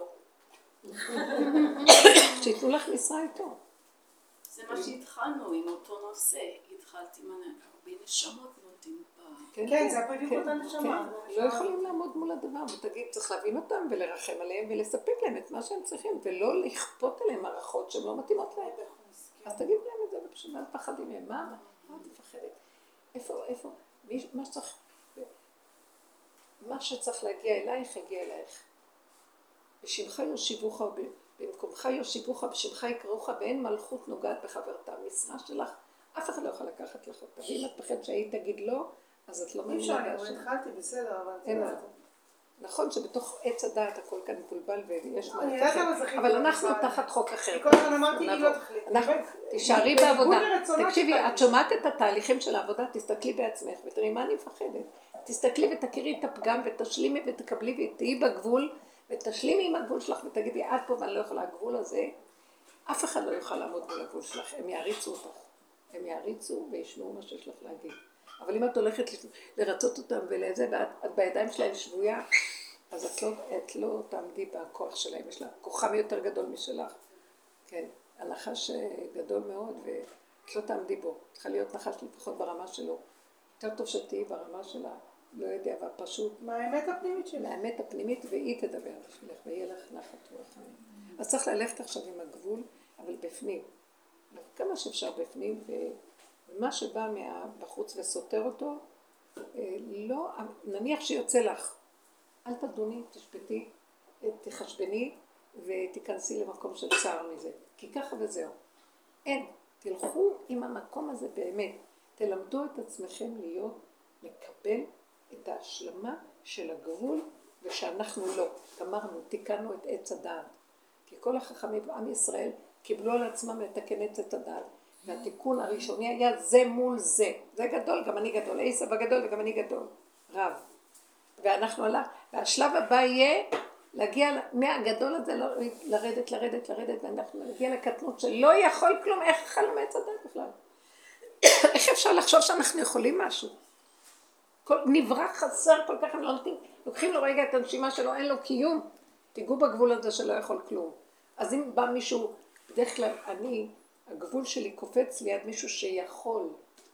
שיתנו לך משרה איתו. זה מה שהתחלנו עם אותו נושא. התחלתי עם הרבה נשמות נותנים כן, זה בדיוק אותה נשמה. לא יכולים לעמוד מול הדבר, ותגיד, צריך להבין אותם ולרחם עליהם ולספק להם את מה שהם צריכים, ולא לכפות עליהם מערכות שהן לא מתאימות להם. אז תגיד להם את זה, ופשוט לא תפחדים מהם. מה את מפחדת? איפה? מה שצריך להגיע אלייך, יגיע אלייך. בשמך יושיבוך, במקומך יושיבוך, בשמך יקראוך, ואין מלכות נוגעת בחברתה. המשרה שלך, אף אחד לא יכול לקחת לך אותה. ואם את פחד שהיא תגיד לא, אז את לא אי אפשר, מאמינה אני התחלתי בסדר, אבל... אין מה. נכון שבתוך עץ הדעת הכל כאן מבולבל ויש מה אני יודעת לפחד, למה זכיתי אבל אנחנו במשרד. תחת חוק אחר. אני כל הזמן אמרתי, היא לא תחליט. אנחנו, תישארי בעבודה. תקשיבי, את שומעת את התהליכים של העבודה, תסתכלי בעצמך ותראי מה אני מפחדת. תסתכלי ותכירי את הפגם ותשלימי ותקבלי ותהיי בגבול ותשלימי עם הגבול שלך ותגידי עד פה ואני לא יכולה, הגבול הזה, אף אחד לא יוכל לעמוד מול הגבול שלך, הם יעריצו אותך. הם יעריצו וישמעו מה שיש לך להגיד. אבל אם את הולכת לרצות אותם ולזה ואת בידיים שלהם שבויה, אז את לא תעמדי בכוח שלהם, יש לה כוחם יותר גדול משלך. כן, הנחש גדול מאוד ואת לא תעמדי בו. צריכה להיות נחש לפחות ברמה שלו. יותר טוב שתהיי ברמה שלה, לא יודע, והפשוט. מה האמת הפנימית שלה? מהאמת הפנימית והיא תדבר בשבילך ויהיה לך נחת רוח. אז צריך ללכת עכשיו עם הגבול, אבל בפנים. כמה שאפשר בפנים ומה שבא בחוץ וסותר אותו, לא, נניח שיוצא לך. אל תדוני, תשפטי, תחשבני ותיכנסי למקום של צער מזה. כי ככה וזהו. אין. תלכו עם המקום הזה באמת. תלמדו את עצמכם להיות, לקבל את ההשלמה של הגבול ושאנחנו לא. אמרנו, תיקנו את עץ הדעת. כי כל החכמים בעם ישראל קיבלו על עצמם לתקן את עץ הדעת. והתיקון הראשוני היה זה מול זה. זה גדול, גם אני גדול. עשב הגדול וגם אני גדול. רב. ואנחנו והשלב הבא יהיה להגיע מהגדול הזה, לרדת, ואנחנו נגיע לקטנות שלא יכול כלום, איך אכלנו מעץ הדת בכלל? איך אפשר לחשוב שאנחנו יכולים משהו? נברא חסר כל כך, הם לא נותנים, לוקחים לו רגע את הנשימה שלו, אין לו קיום, תיגעו בגבול הזה שלא יכול כלום. אז אם בא מישהו, בדרך כלל הגבול שלי קופץ ליד מישהו שיכול,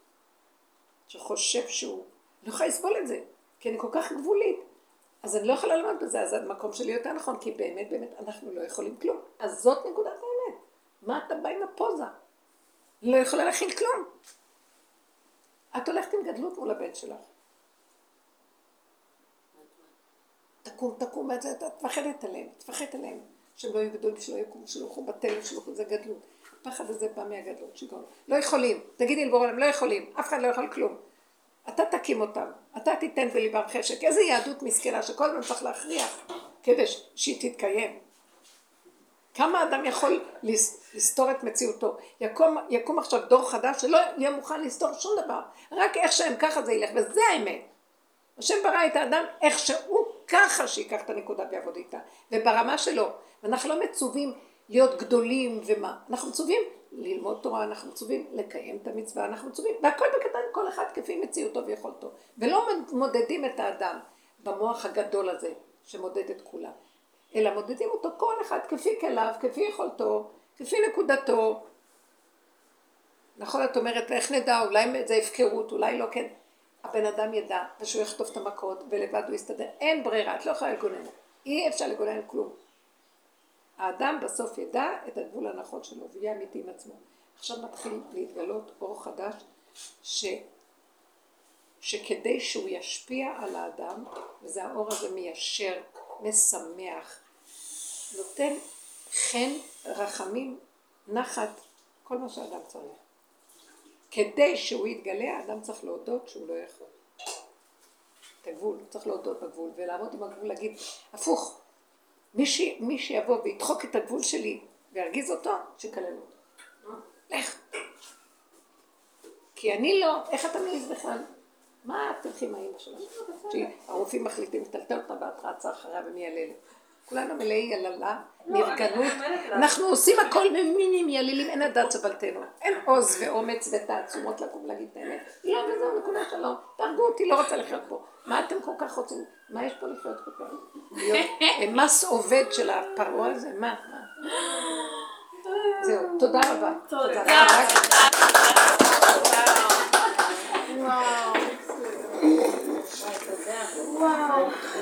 שחושב שהוא, לא יכולה לסבול את זה. כי אני כל כך גבולית, אז אני לא יכולה ללמוד בזה, אז המקום שלי יותר נכון, כי באמת אנחנו לא יכולים כלום. אז זאת נקודת האמת. מה אתה בא עם הפוזה? לא יכולה להכין כלום. את הולכת עם גדלות מול הבן שלך. תקום, את תפחדת עליהם, שהם לא יהיו גדולים, שלא יקום, שלא ילכו בתל, זה גדלות. הפחד הזה בא מהגדלות, שיגעון. לא יכולים, תגידי לבורא עליהם, לא יכולים, אף אחד לא יכול כלום. אתה תקים אותם, אתה תיתן בליבם חשק. איזה יהדות מסכנה שכל הזמן צריך להכריח כדי שהיא תתקיים. כמה אדם יכול לסתור את מציאותו? יקום עכשיו דור חדש שלא יהיה מוכן לסתור שום דבר. רק איך שהם ככה זה ילך, וזה האמת. השם ברא את האדם איך שהוא ככה שיקח את הנקודה ויעבוד איתה. וברמה שלו, ואנחנו לא מצווים להיות גדולים ומה. אנחנו מצווים ללמוד תורה, אנחנו מצווים לקיים את המצווה, אנחנו מצווים, והכל בקטן, כל אחד כפי מציאותו ויכולתו. ולא מודדים את האדם במוח הגדול הזה שמודד את כולם. אלא מודדים אותו כל אחד כפי כליו, כפי יכולתו, כפי נקודתו. נכון, את אומרת, איך נדע, אולי זה הפקרות, אולי לא כן. הבן אדם ידע שהוא יכתוב את המכות ולבד הוא יסתדר. אין ברירה, את לא יכולה לגונן. אי אפשר לגונן כלום. האדם בסוף ידע את הגבול הנכון שלו ויהיה אמיתי עם עצמו. עכשיו מתחיל להתגלות אור חדש שכדי שהוא ישפיע על האדם, וזה האור הזה מיישר, משמח, נותן חן, רחמים, נחת, כל מה שהאדם צריך. כדי שהוא יתגלה, האדם צריך להודות שהוא לא יכול. את הגבול, צריך להודות בגבול, ולעמוד עם הגבול, להגיד, הפוך, מי שיבוא וידחוק את הגבול שלי וירגיז אותו, שיקלל אותו. לך. כי אני לא, איך אתה מעיז בכלל? מה את תלכי עם האמא שלך? שהרופאים מחליטים, לטלטל אותה ואת רצה אחריה ומיייללת. כולנו מלאי יללה, נרגנות. אנחנו עושים הכל במינים ילילים, אין הדעת סבלתנו. אין עוז ואומץ ותעצומות לקום להגיד את האמת. לא, וזהו, נקודה שלום. תרגו אותי, לא רוצה לחיות פה. מה אתם כל כך רוצים? מה יש פה לחיות כל כך? להיות מס עובד של הפרעה הזה? מה? זהו, תודה רבה. תודה רבה. וואו.